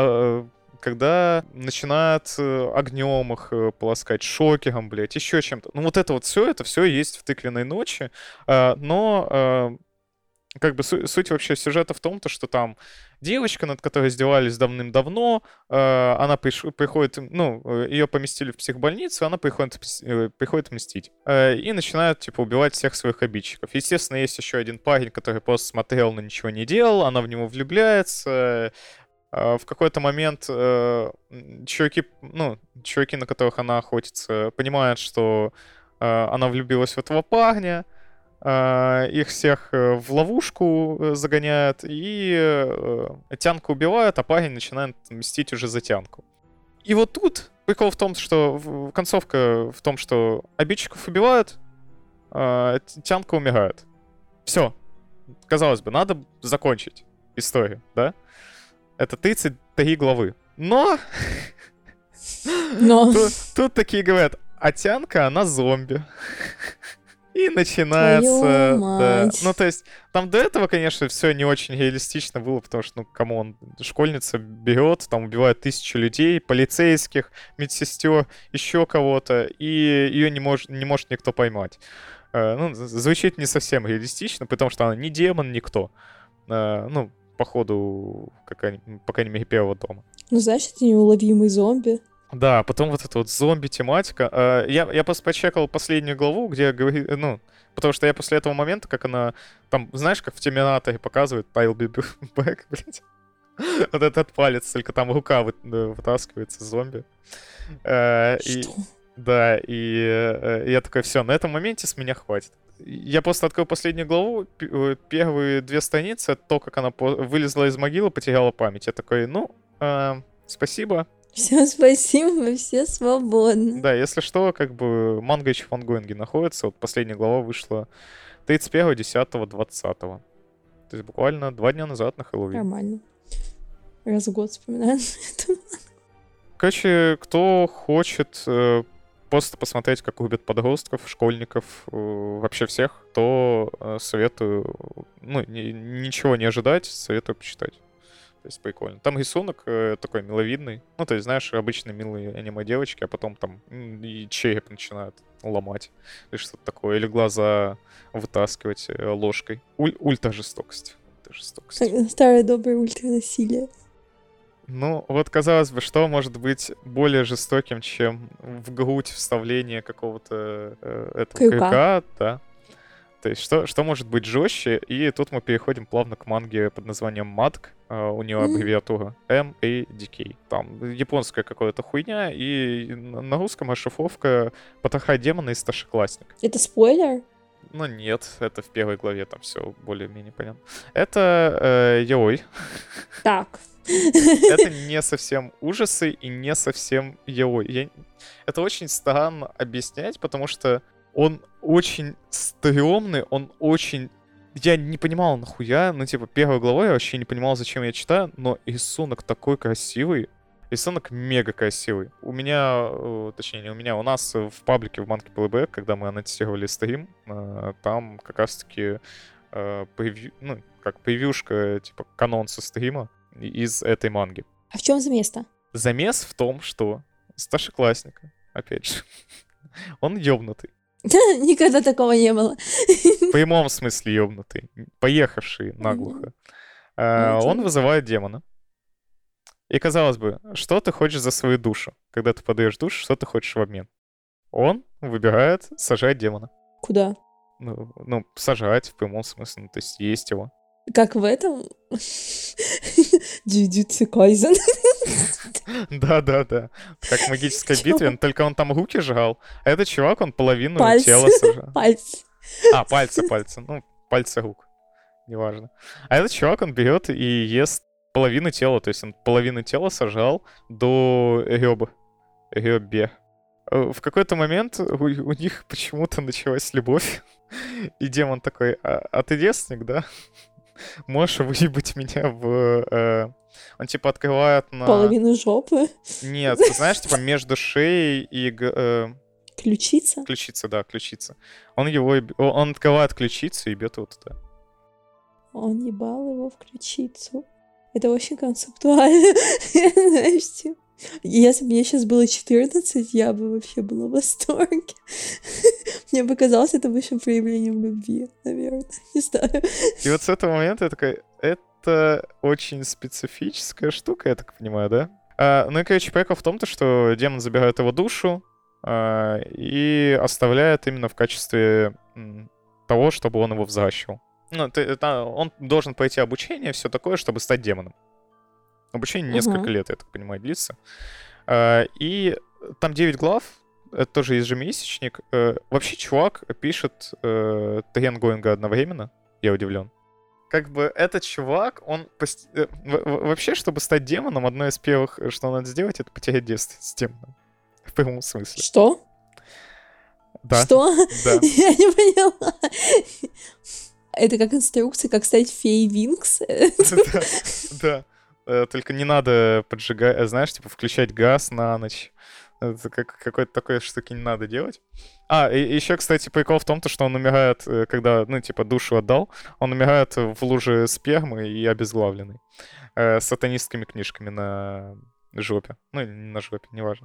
Когда начинают огнем их полоскать, шокером, блядь, еще чем-то. Ну вот это все есть в «Тыквенной ночи». Но как бы суть вообще сюжета в том, то, что там девочка, над которой издевались давным-давно, она приходит, ну, ее поместили в психбольницу, она приходит мстить. И начинает, типа, убивать всех своих обидчиков. Естественно, есть еще один парень, который просто смотрел, но ничего не делал, она в него влюбляется, В какой-то момент чуваки, на которых она охотится, понимают, что она влюбилась в этого парня, их всех в ловушку загоняют, и Тянку убивают, а парень начинает мстить уже за Тянку. И вот тут прикол в том, что концовка в том, что обидчиков убивают, Тянка умирает. Все. Казалось бы, надо закончить историю, да? Это 33 главы. Но тут такие говорят, а Тянка, она зомби. И начинается... Да. Ну, то есть, там до этого, конечно, все не очень реалистично было, потому что, камон, школьница берет, там убивает 1000 людей, полицейских, медсестер, еще кого-то, и ее не может никто поймать. Звучит не совсем реалистично, потому что она не демон, никто. По ходу, по крайней мере, первого дома. Знаешь, это неуловимый зомби. Да, потом вот эта вот зомби-тематика. Я просто почекал последнюю главу, где говорит, потому что я после этого момента, как она, там, знаешь, как в Терминаторе показывает, I'll be back, блядь. Вот этот палец, только там рука вытаскивается зомби. Что? Да, и я такой, все, на этом моменте с меня хватит. Я просто открыл последнюю главу, первые 2 страницы, то, как она вылезла из могилы, потеряла память. Я такой, спасибо. Всем спасибо, мы все свободны. Да, если что, манга еще в ангоинге находится. Вот последняя глава вышла 31.10.20. То есть буквально 2 дня назад на Хэллоуин. Нормально. Раз в год вспоминаем это. Короче, кто хочет просто посмотреть, как убят подростков, школьников, вообще всех, то советую, ничего не ожидать, советую почитать. То есть прикольно. Там рисунок такой миловидный. То есть, знаешь, обычные милые аниме-девочки, а потом там и череп начинают ломать. Или что-то такое. Или глаза вытаскивать ложкой. Ультра-жестокость. Старое доброе ультранасилие. Вот казалось бы, что может быть более жестоким, чем в грудь вставление какого-то этого крюка, да. То есть что может быть жестче? И тут мы переходим плавно к манге под названием MADK. У нее аббревиатура MADK. Там японская какая-то хуйня, и на русском расшифровка «Потроха демона и старшеклассник». Это спойлер? Нет, это в первой главе, там все более-менее понятно. Это яой. Так. Это не совсем ужасы и не совсем яой. Это очень странно объяснять, потому что он очень стрёмный, он очень... Я не понимал, нахуя, первой главой я вообще не понимал, зачем я читаю, но рисунок такой красивый, рисунок мега красивый. У нас в паблике в Манке ПЛБ, когда мы анонсировали стрим, там как раз-таки превьюшка, к анонсу стрима из этой манги. А в чем замес-то? Замес в том, что старшеклассник, опять же, он ёбнутый. Никогда такого не было. В прямом смысле ёбнутый, поехавший наглухо. Он вызывает демона. И казалось бы, что ты хочешь за свою душу? Когда ты подаешь душу, что ты хочешь в обмен? Он выбирает сажать демона. Куда? Сажать в прямом смысле, то есть есть его. Как в этом? Джуджутсу Кайзен. Да. Как в магической битве, только он там руки жрал, а этот чувак, он половину тела сажал. Пальцы. Пальцы. Пальцы рук. Неважно. А этот чувак, он берет и ест половину тела, то есть он половину тела сажал до ребер. В какой-то момент у них почему-то началась любовь, и демон такой, а ты девственник, да? Можешь выебать меня в... Он, открывает на... Половину жопы? Нет, знаешь, между шеей и... Ключица? Ключица, да, ключица. Он открывает ключицу и бьет его туда. Он ебал его в ключицу. Это очень концептуально. Знаешь, если бы мне сейчас было 14, я бы вообще была в восторге. Мне показалось это высшим проявлением любви, наверное. Не знаю. И вот с этого момента я такой, это очень специфическая штука, я так понимаю, да? И, короче, прикол в том, что демон забирает его душу и оставляет именно в качестве того, чтобы он его взращивал. Он должен пройти обучение, все такое, чтобы стать демоном. Обучение несколько лет, я так понимаю, длится. И там 9 глав, это тоже ежемесячник. Вообще чувак пишет 3 ангоинга одновременно, я удивлен. Как бы этот чувак, он... Вообще, чтобы стать демоном, одно из первых, что надо сделать, это потерять девственность с демоном. В прямом смысле. Что? Да. Что? Да. Я не поняла. Это как инструкция, как стать феей Винкс. Да. Только не надо поджигать, знаешь, типа включать газ на ночь. Это какой-то такой штуки не надо делать. И еще, кстати, прикол в том, что он умирает, когда, ну, типа, душу отдал, он умирает в луже спермы и обезглавленный. С сатанистскими книжками на жопе. Ну, или не на жопе, неважно.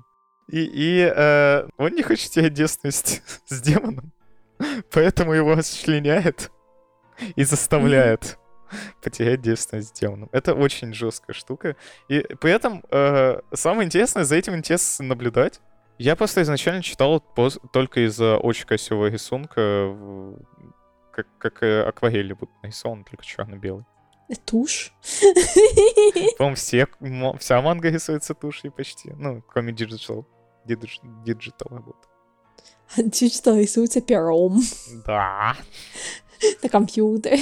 Он не хочет терять девственность с демоном, поэтому его расчленяет и заставляет потерять девственность с демоном. Это очень жесткая штука. И при этом самое интересное, за этим интересно наблюдать. Я просто изначально читал только из-за очень красивого рисунка, как акварели будут нарисованы, только черно-белый. Тушь. По-моему, вся манга рисуется тушью почти. Ну, кроме Digital работы. Digital рисуется пером. Да. На компьютере.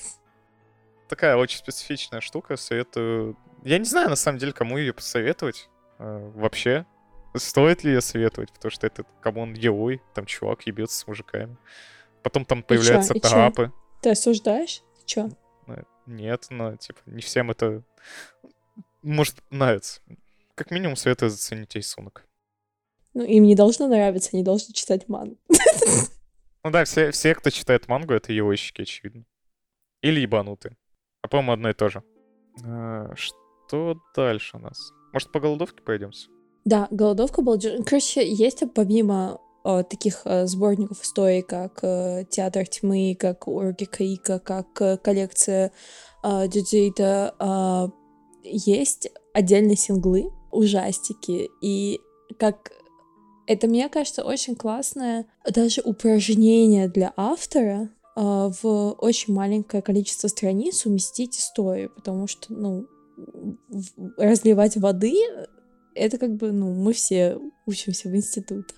Такая очень специфичная штука, советую... Я не знаю, на самом деле, кому ее посоветовать вообще. Стоит ли ее советовать, потому что это, камон, герой, там чувак ебется с мужиками. Потом там появляются трапы. Ты осуждаешь? Ты чё? Нет, но, типа, не всем это может нравиться. Как минимум, советую заценить рисунок. Ну, им не должно нравиться, они должны читать мангу. Ну да, все, кто читает мангу, это егойщики, очевидно. Или ебанутые. А, по-моему, одно и то же. Что дальше у нас? Может, по голодовке пойдемся? Да, голодовка была... Короче, есть помимо таких сборников истории, как «Театр тьмы», как «Уроки Каика», как коллекция Джиджита, есть отдельные синглы, ужастики, и как... Это, мне кажется, очень классное даже упражнение для автора в очень маленькое количество страниц уместить историю, потому что, ну, разливать воды — это как бы, ну, мы все учимся в институтах.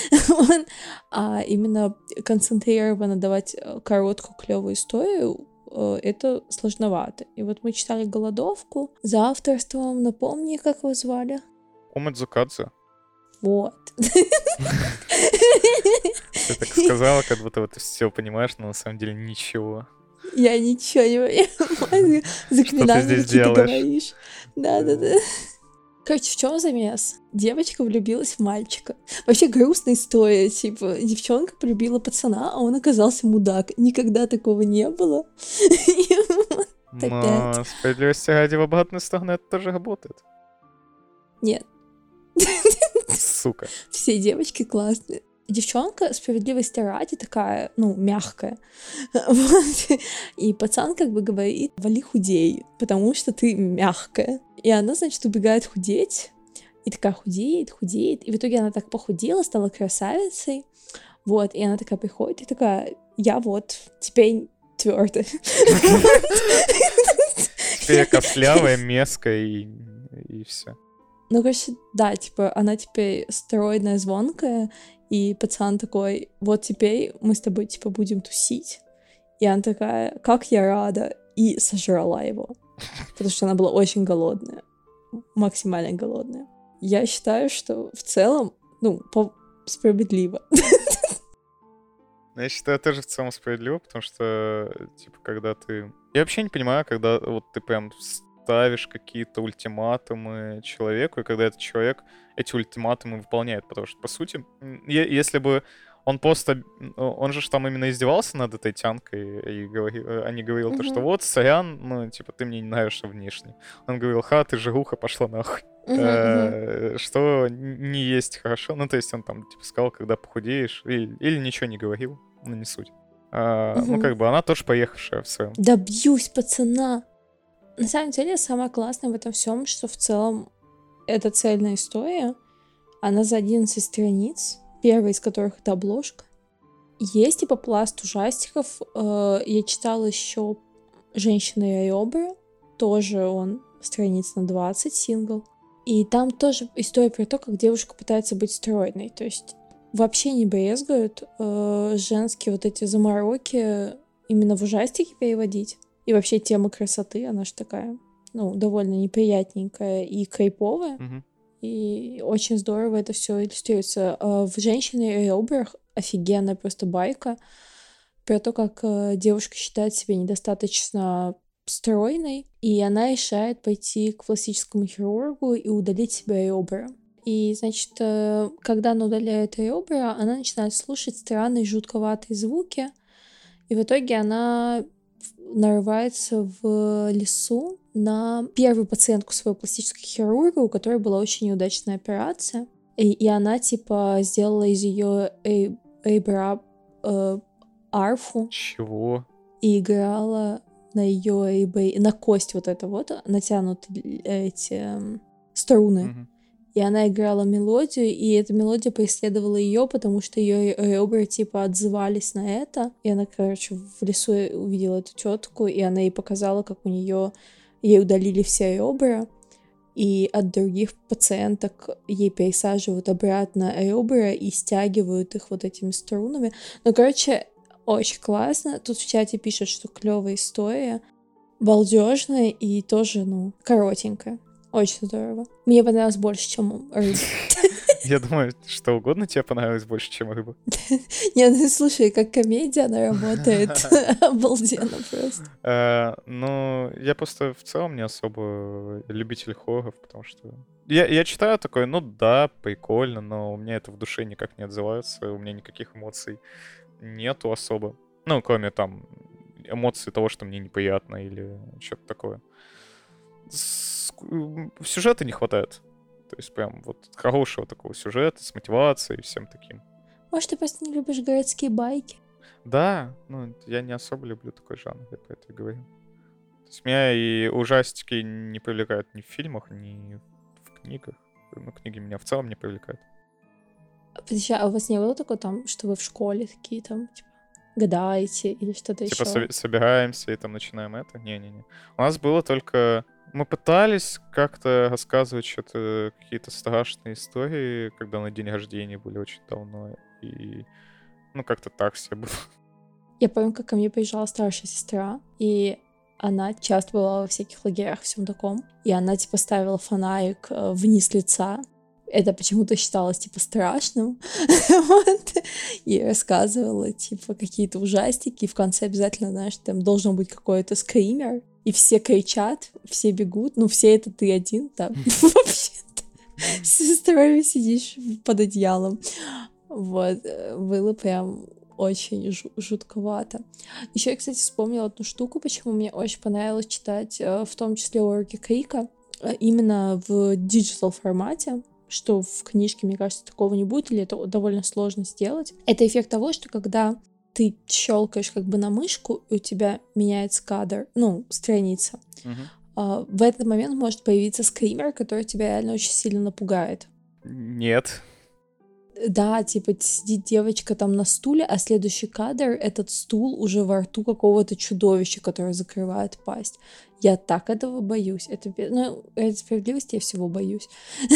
А именно концентрированно давать короткую, клевую историю — это сложновато. И вот мы читали «Голодовку» за авторством, напомни, как его звали? Омэдзукадзе. Вот. Ты так сказала, как будто вот ты все понимаешь, но на самом деле ничего. Я ничего не понимаю. Заклинание, что ты говоришь. Да. Короче, в чем замес? Девочка влюбилась в мальчика. Вообще грустная история. Типа, девчонка полюбила пацана, а он оказался мудак. Никогда такого не было. Но справедливости ради в обратную сторону это тоже работает. Нет. Сука. Все девочки классные. Девчонка, справедливости ради, такая, ну, мягкая. Вот. И пацан как бы говорит: вали худей, потому что ты мягкая. И она, значит, убегает худеть. И такая худеет. И в итоге она так похудела, стала красавицей. Вот. И она такая приходит и такая: я вот теперь твёрдая. Теперь я костлявая, мерзкая и все. Ну, короче, да, типа, она теперь стройная, звонкая, и пацан такой: вот теперь мы с тобой, типа, будем тусить. И она такая: как я рада, и сожрала его. Потому что она была очень голодная, максимально голодная. Я считаю, что в целом, ну, справедливо. Я считаю, тоже в целом справедливо, потому что, типа, когда ты... Я вообще не понимаю, когда вот ты прям ставишь какие-то ультиматумы человеку, и когда этот человек эти ультиматумы выполняет. Потому что, по сути, если бы он просто... Он же там именно издевался над этой тянкой и не говорил то, что вот, сорян, ну, типа, ты мне не нравишься внешне. Он говорил: ха, ты жируха, пошла нахуй. Что не есть хорошо. Ну, то есть он там, типа, сказал, когда похудеешь, или ничего не говорил, ну, не суть. Ну, как бы она тоже поехавшая в своем. Да бьюсь, пацана! На самом деле, самое классное в этом всем, что в целом эта цельная история, она за 11 страниц, первая из которых это обложка. Есть типа пласт ужастиков. Я читала еще «Женщина и ребра», тоже он страниц на 20 сингл. И там тоже история про то, как девушка пытается быть стройной. То есть вообще не брезгуют женские вот эти замороки именно в ужастике переводить. И вообще тема красоты, она же такая, довольно неприятненькая и кайповая. И очень здорово это все иллюстрируется. В «Женщине и ребрах» офигенная просто байка про то, как девушка считает себя недостаточно стройной, и она решает пойти к пластическому хирургу и удалить себе ребра. И, значит, когда она удаляет ребра, она начинает слушать странные, жутковатые звуки, и в итоге она нарывается в лесу на первую пациентку своего пластического хирурга, у которой была очень неудачная операция, и она, типа, сделала из ее ребра арфу. Чего? И играла на ее на кость вот это вот натянуты эти струны. И она играла мелодию, и эта мелодия преследовала ее, потому что ее ребра типа отзывались на это. И она, короче, в лесу увидела эту тетку, и она ей показала, как ей удалили все ребра, и от других пациенток ей пересаживают обратно ребра и стягивают их вот этими струнами. Ну, короче, очень классно. Тут в чате пишут, что клевая история, балдежная и тоже, коротенькая. Очень здорово. Мне понравилось больше, чем «Рыба». Я думаю, что угодно тебе понравилось больше, чем «Рыба». Не, слушай, как комедия она работает обалденно просто. Я просто в целом не особо любитель хорроров, потому что... Я читаю такое, да, прикольно, но у меня это в душе никак не отзывается, у меня никаких эмоций нету особо. Кроме там эмоций того, что мне неприятно или что-то такое. Сюжета не хватает. То есть прям вот хорошего такого сюжета с мотивацией и всем таким. Может, ты просто не любишь городские байки? Да, я не особо люблю такой жанр, я про это и говорю. То есть меня и ужастики не привлекают ни в фильмах, ни в книгах. Книги меня в целом не привлекают. Подожди, а у вас не было такого там, что вы в школе такие там, типа, гадаете или что-то еще? Собираемся и там начинаем это? Не-не-не. У нас было только... Мы пытались как-то рассказывать что-то, какие-то страшные истории, когда на день рождения были очень давно. И, как-то так все было. Я помню, как ко мне приезжала старшая сестра, и она часто была во всяких лагерях, всем таком. И она, типа, ставила фонарик вниз лица. Это почему-то считалось, типа, страшным. Вот. И рассказывала, типа, какие-то ужастики. И в конце обязательно, знаешь, там должен быть какой-то скример. И все кричат, все бегут. Все это ты один, там. Вообще-то. С сестрой сидишь под одеялом. Вот. Было прям очень жутковато. Еще я, кстати, вспомнила одну штуку, почему мне очень понравилось читать, в том числе уроки Крика, именно в диджитал формате, что в книжке, мне кажется, такого не будет, или это довольно сложно сделать. Это эффект того, что когда ты щелкаешь как бы на мышку, и у тебя меняется кадр, страница, в этот момент может появиться скример, который тебя реально очень сильно напугает. Нет. Да, типа сидит девочка там на стуле, а следующий кадр — этот стул уже во рту какого-то чудовища, которое закрывает пасть. Я так этого боюсь. Ради справедливости я всего боюсь.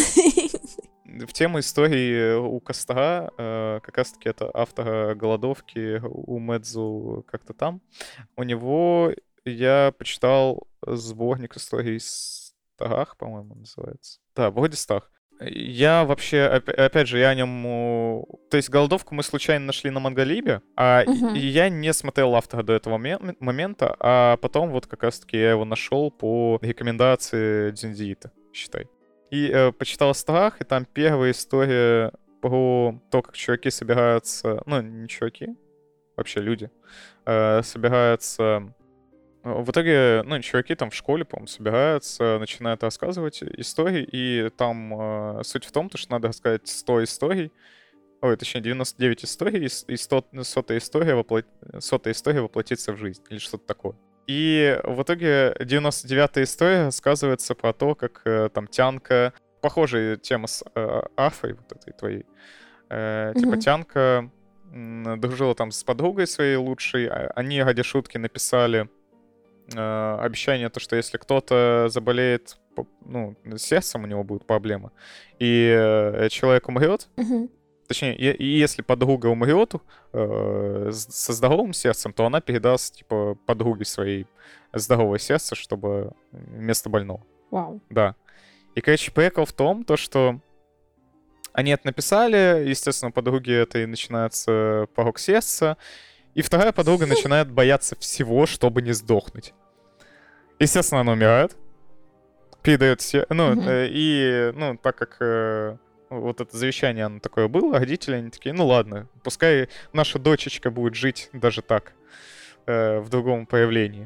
В тему истории у Костра, как раз-таки это автора «Голодовки» у Мэдзу как-то там. У него я почитал сборник историй Старах, по-моему, называется. Да, вроде Старх. Я вообще, опять же, я о нем... То есть «Голодовку» мы случайно нашли на Манголибе, и я не смотрел автора до этого момента, а потом вот как раз-таки я его нашел по рекомендации Дзюнзиита, считай. И почитал «Страх», и там первая история про то, как чуваки собираются... Не чуваки, вообще люди. Собираются... В итоге, чуваки там в школе, по-моему, собираются, начинают рассказывать истории, и там суть в том, что надо рассказать 100 историй, точнее, 99 историй, и 100-я история воплотится в жизнь, или что-то такое. И в итоге 99-я история рассказывается про то, как там Тянка... Похожая тема с Афой, вот этой твоей. Типа Тянка дружила там с подругой своей лучшей. Они ради шутки написали обещание, то, что если кто-то заболеет ну, с сердцем у него будут проблемы, и человек умрет, точнее, и если подруга умрет со здоровым сердцем, то она передаст, типа, подруге своей здоровое сердце, чтобы вместо больного. Вау. Да. И, короче, прикол в том, то, что они это написали, естественно, у подруги это и начинается порог сердца, и вторая подруга начинает бояться всего, чтобы не сдохнуть. Естественно, она умирает, передает все, ну, так как вот это завещание, оно такое было, родители, они такие, ну ладно, пускай наша дочечка будет жить даже так, в другом проявлении.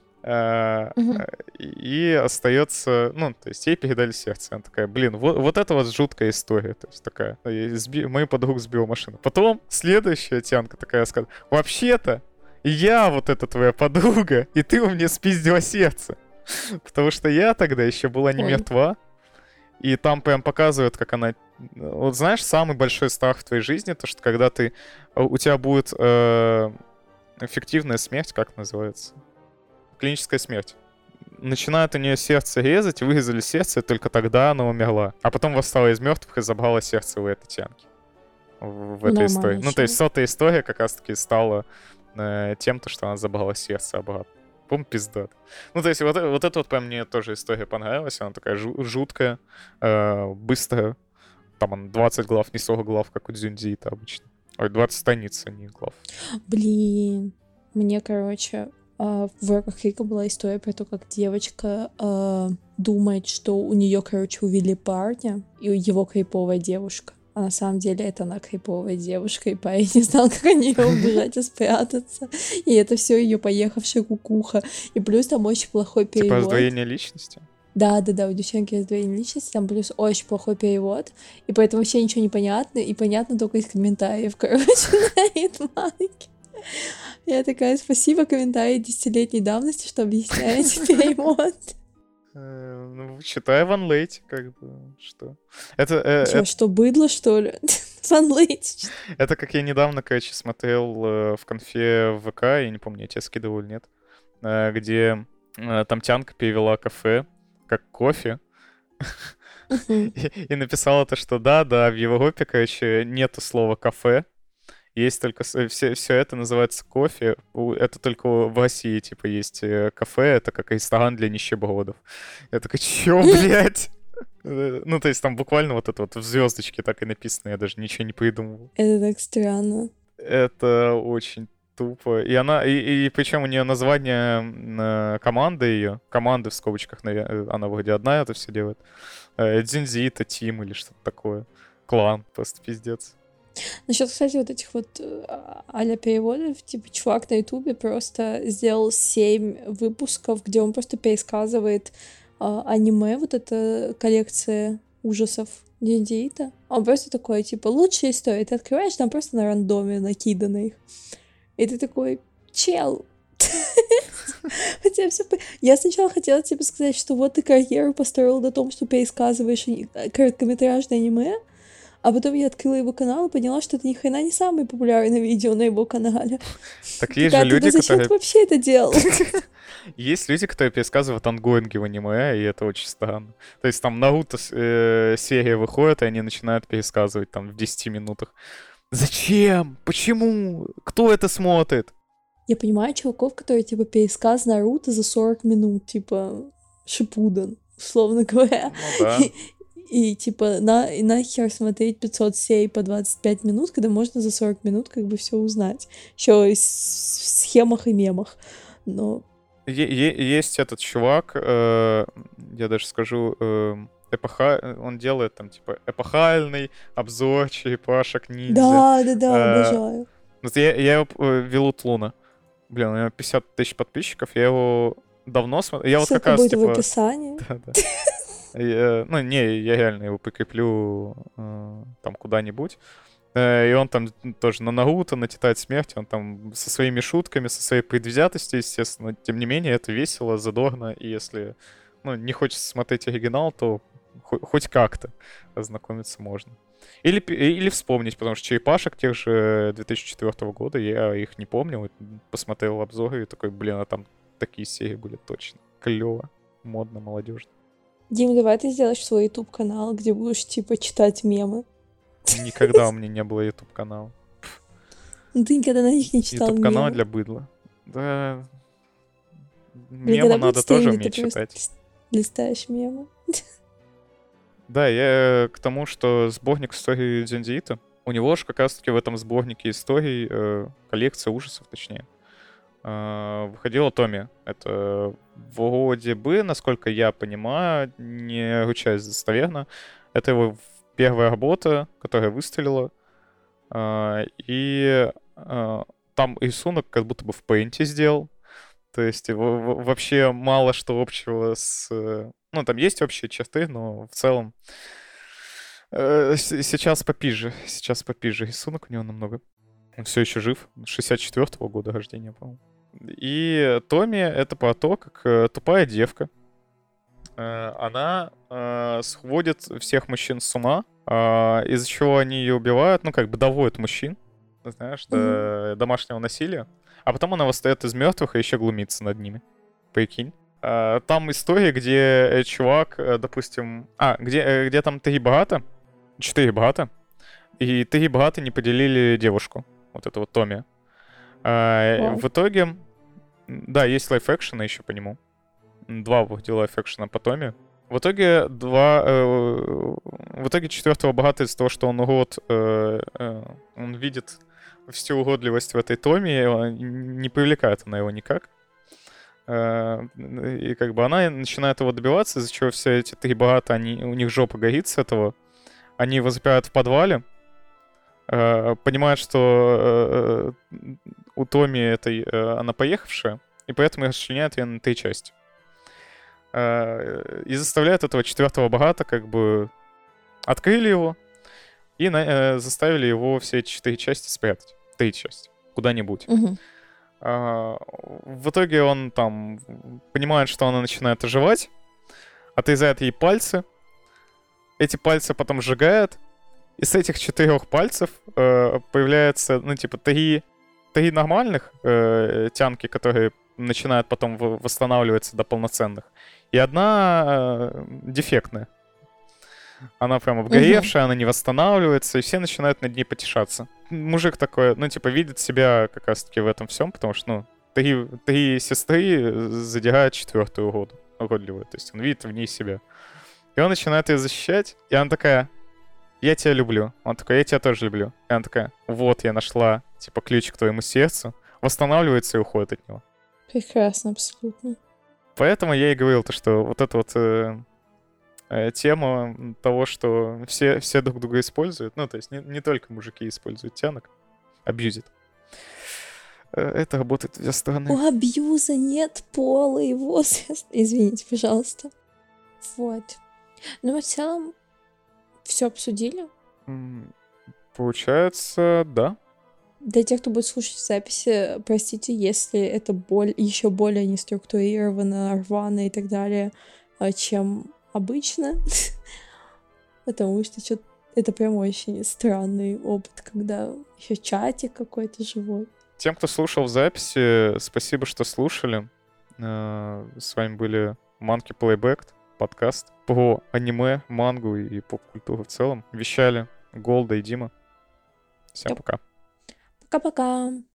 И остается, ну, то есть ей передали сердце. Она такая, блин, вот это вот жуткая история. То есть такая, мою подругу сбила машина. Потом следующая тянка такая сказала, вообще-то я вот эта твоя подруга, и ты у меня спиздила сердце. Потому что я тогда еще была не мертва. И там прям показывают, как она... Вот знаешь, самый большой страх в твоей жизни, то, что когда у тебя будет эффективная смерть, как называется? Клиническая смерть. Начинают у нее сердце резать, вырезали сердце, и только тогда она умерла. А потом восстала из мертвых и забрала сердце у этой тянки. В этой истории. Ну, то есть сотая история как раз-таки стала тем, что она забрала сердце обратно. По-моему, пиздат. Ну, то есть вот это вот прям мне тоже история понравилась. Она такая жуткая, быстрая. Там она 20 глав, не 40 глав, как у Дзюньцзита обычно. Ой, 20 страниц, а не глав. Блин. Мне, короче... В «Ворках Рика» была история про то, как девочка думает, что у нее, короче, увели парня, и его криповая девушка. А на самом деле это она криповая девушка, и парень не знал, как от нее убежать и спрятаться. И это все ее поехавшая кукуха. И плюс там очень плохой перевод. Типа раздвоение личности? Да, у девчонки раздвоение личности, там плюс очень плохой перевод, и поэтому вообще ничего не понятно, и понятно только из комментариев, короче, на Итманке. Я такая, спасибо, комментарии 10-летней давности, что объясняете перевод. Ну, читай Ванлейте, как бы, что. Что, быдло, что ли? Ванлейте. Это как я недавно, короче, смотрел в конфе в ВК, я не помню, я тебе скидывал или нет, где там тянка перевела кафе как кофе, и написала то, что да, в Европе, короче, нету слова кафе, есть только... Все это называется кофе. Это только в России, типа, есть кафе. Это как ресторан для нищебродов. Я такой, чё, блядь? Ну, то есть там буквально вот это вот в звездочке так и написано. Я даже ничего не придумывал. Это так странно. Это очень тупо. И она... И причем у нее название команды в скобочках, она вроде одна это все делает. Дзюньцзита, Тим или что-то такое. Клан, просто пиздец. Насчет, кстати, вот этих вот а-ля переводов, типа, чувак на Ютубе просто сделал 7 выпусков, где он просто пересказывает аниме, вот эта коллекция ужасов Дзюньцзита. Он просто такой, типа, лучшая история. Ты открываешь, там просто на рандоме накидано их. И ты такой, чел. Я сначала хотела тебе сказать, что вот ты карьеру построил на том, что пересказываешь короткометражное аниме, а потом я открыла его канал и поняла, что это ни хрена не самое популярное видео на его канале. Так есть же люди, зачем ты вообще это делал? Есть люди, которые пересказывают ангоинги в аниме, и это очень странно. То есть там Наруто серия выходит, и они начинают пересказывать там в 10 минутах. Зачем? Почему? Кто это смотрит? Я понимаю чуваков, которые, типа, пересказ Наруто за 40 минут, типа, Шипуден, условно говоря. Ну да. И типа нахер смотреть 500 серий по 25 минут, когда можно за 40 минут как бы все узнать. Еще и в схемах и мемах. Но... Есть этот чувак, я даже скажу, он делает там типа эпохальный обзор черепашек ниндзя. Да, обожаю. Вот я его Вилут Луна. Блин, у него 50 тысяч подписчиков, я его давно смотрю. Я вот как раз будет типа... в описании. Да. Ну, не, я реально его прикреплю там куда-нибудь. И он там тоже на Наруто, на Тетрадь Смерти, он там со своими шутками, со своей предвзятостью, естественно. Тем не менее, это весело, задорно, и если не хочется смотреть оригинал, то хоть как-то ознакомиться можно. Или вспомнить, потому что черепашек тех же 2004 года, я их не помнил, посмотрел обзоры и такой, блин, а там такие серии были точно. Клево, модно, молодежно. Дим, давай ты сделаешь свой YouTube-канал, где будешь, типа, читать мемы. Никогда у меня не было YouTube-канала. Ну, ты никогда на них не читал YouTube-канал мемы. для быдла. Да, Блин, мемы когда будет надо стрим, тоже где ты уметь просто читать. листаешь мемы? Да, я к тому, что сборник истории Дзюндиита, у него же как раз-таки в этом сборнике историй, коллекция ужасов, точнее, выходила Томми. Это вроде бы, насколько я понимаю, не ручаюсь достоверно, это его первая работа, которая выстрелила. И там рисунок как будто бы в пейнте сделал. То есть вообще мало что общего с... Ну, там есть общие черты, но в целом... Сейчас попизже. Сейчас попизже. Рисунок у него намного. Он все еще жив. 64-го года рождения, по-моему. И Томми — это про то, как тупая девка. Она сводит всех мужчин с ума, из-за чего они ее убивают, ну, как бы доводят мужчин, знаешь, до домашнего насилия. А потом она восстает из мертвых и еще глумится над ними. Прикинь. Там история, где чувак, допустим... где там три брата, 4 брата, и 3 брата не поделили девушку. Вот это вот Томми. Вау. В итоге... Да, есть лайф-экшены еще по нему. 2 выходило лайф-экшена по Томми. В итоге в итоге 4-го брата из-за того, что он урод, он видит всю уродливость в этой Томми, не привлекает она его никак. И как бы она начинает его добиваться, из-за чего все эти 3 брата, у них жопа горит с этого. Они его запирают в подвале, понимают, что у Томми этой она поехавшая, и поэтому расчленяют ее на 3 части. И заставляют этого 4-го брата, как бы открыли его и заставили его все эти 4 части спрятать. 3 части. Куда-нибудь. Мгм. В итоге он там понимает, что она начинает оживать, отрезает ей пальцы. Эти пальцы потом сжигает. И с этих 4 пальцев появляется, ну, типа, 3 нормальных тянки, которые начинают потом восстанавливаться до полноценных. И одна дефектная. Она прям обгоревшая, она не восстанавливается, и все начинают над ней потешаться. Мужик такой, ну, типа, видит себя как раз-таки в этом всем, потому что, ну, 3 сестры задирают 4-ю уродливую. То есть он видит в ней себя. И он начинает ее защищать, и она такая: я тебя люблю. Он такой: я тебя тоже люблю. И она такая: вот, я нашла, типа, ключ к твоему сердцу. Восстанавливается и уходит от него. Прекрасно, абсолютно. Поэтому я и говорил то, что вот эта вот тема того, что все друг друга используют, ну, то есть не только мужики используют тянок, абьюзят. Это работает в две стороны. У абьюза нет пола и возраста. Извините, пожалуйста. Вот. Ну, мы в целом все обсудили. Получается, да. Для тех, кто будет слушать в записи, простите, если это еще более неструктурировано, рвано и так далее, чем обычно. Потому что это прям очень странный опыт, когда еще чатик какой-то живой. Тем, кто слушал в записи, спасибо, что слушали. С вами были Monkey Playback, подкаст про аниме, мангу и поп-культуру в целом. Вещали Голда и Дима. Всем пока. Пока-пока.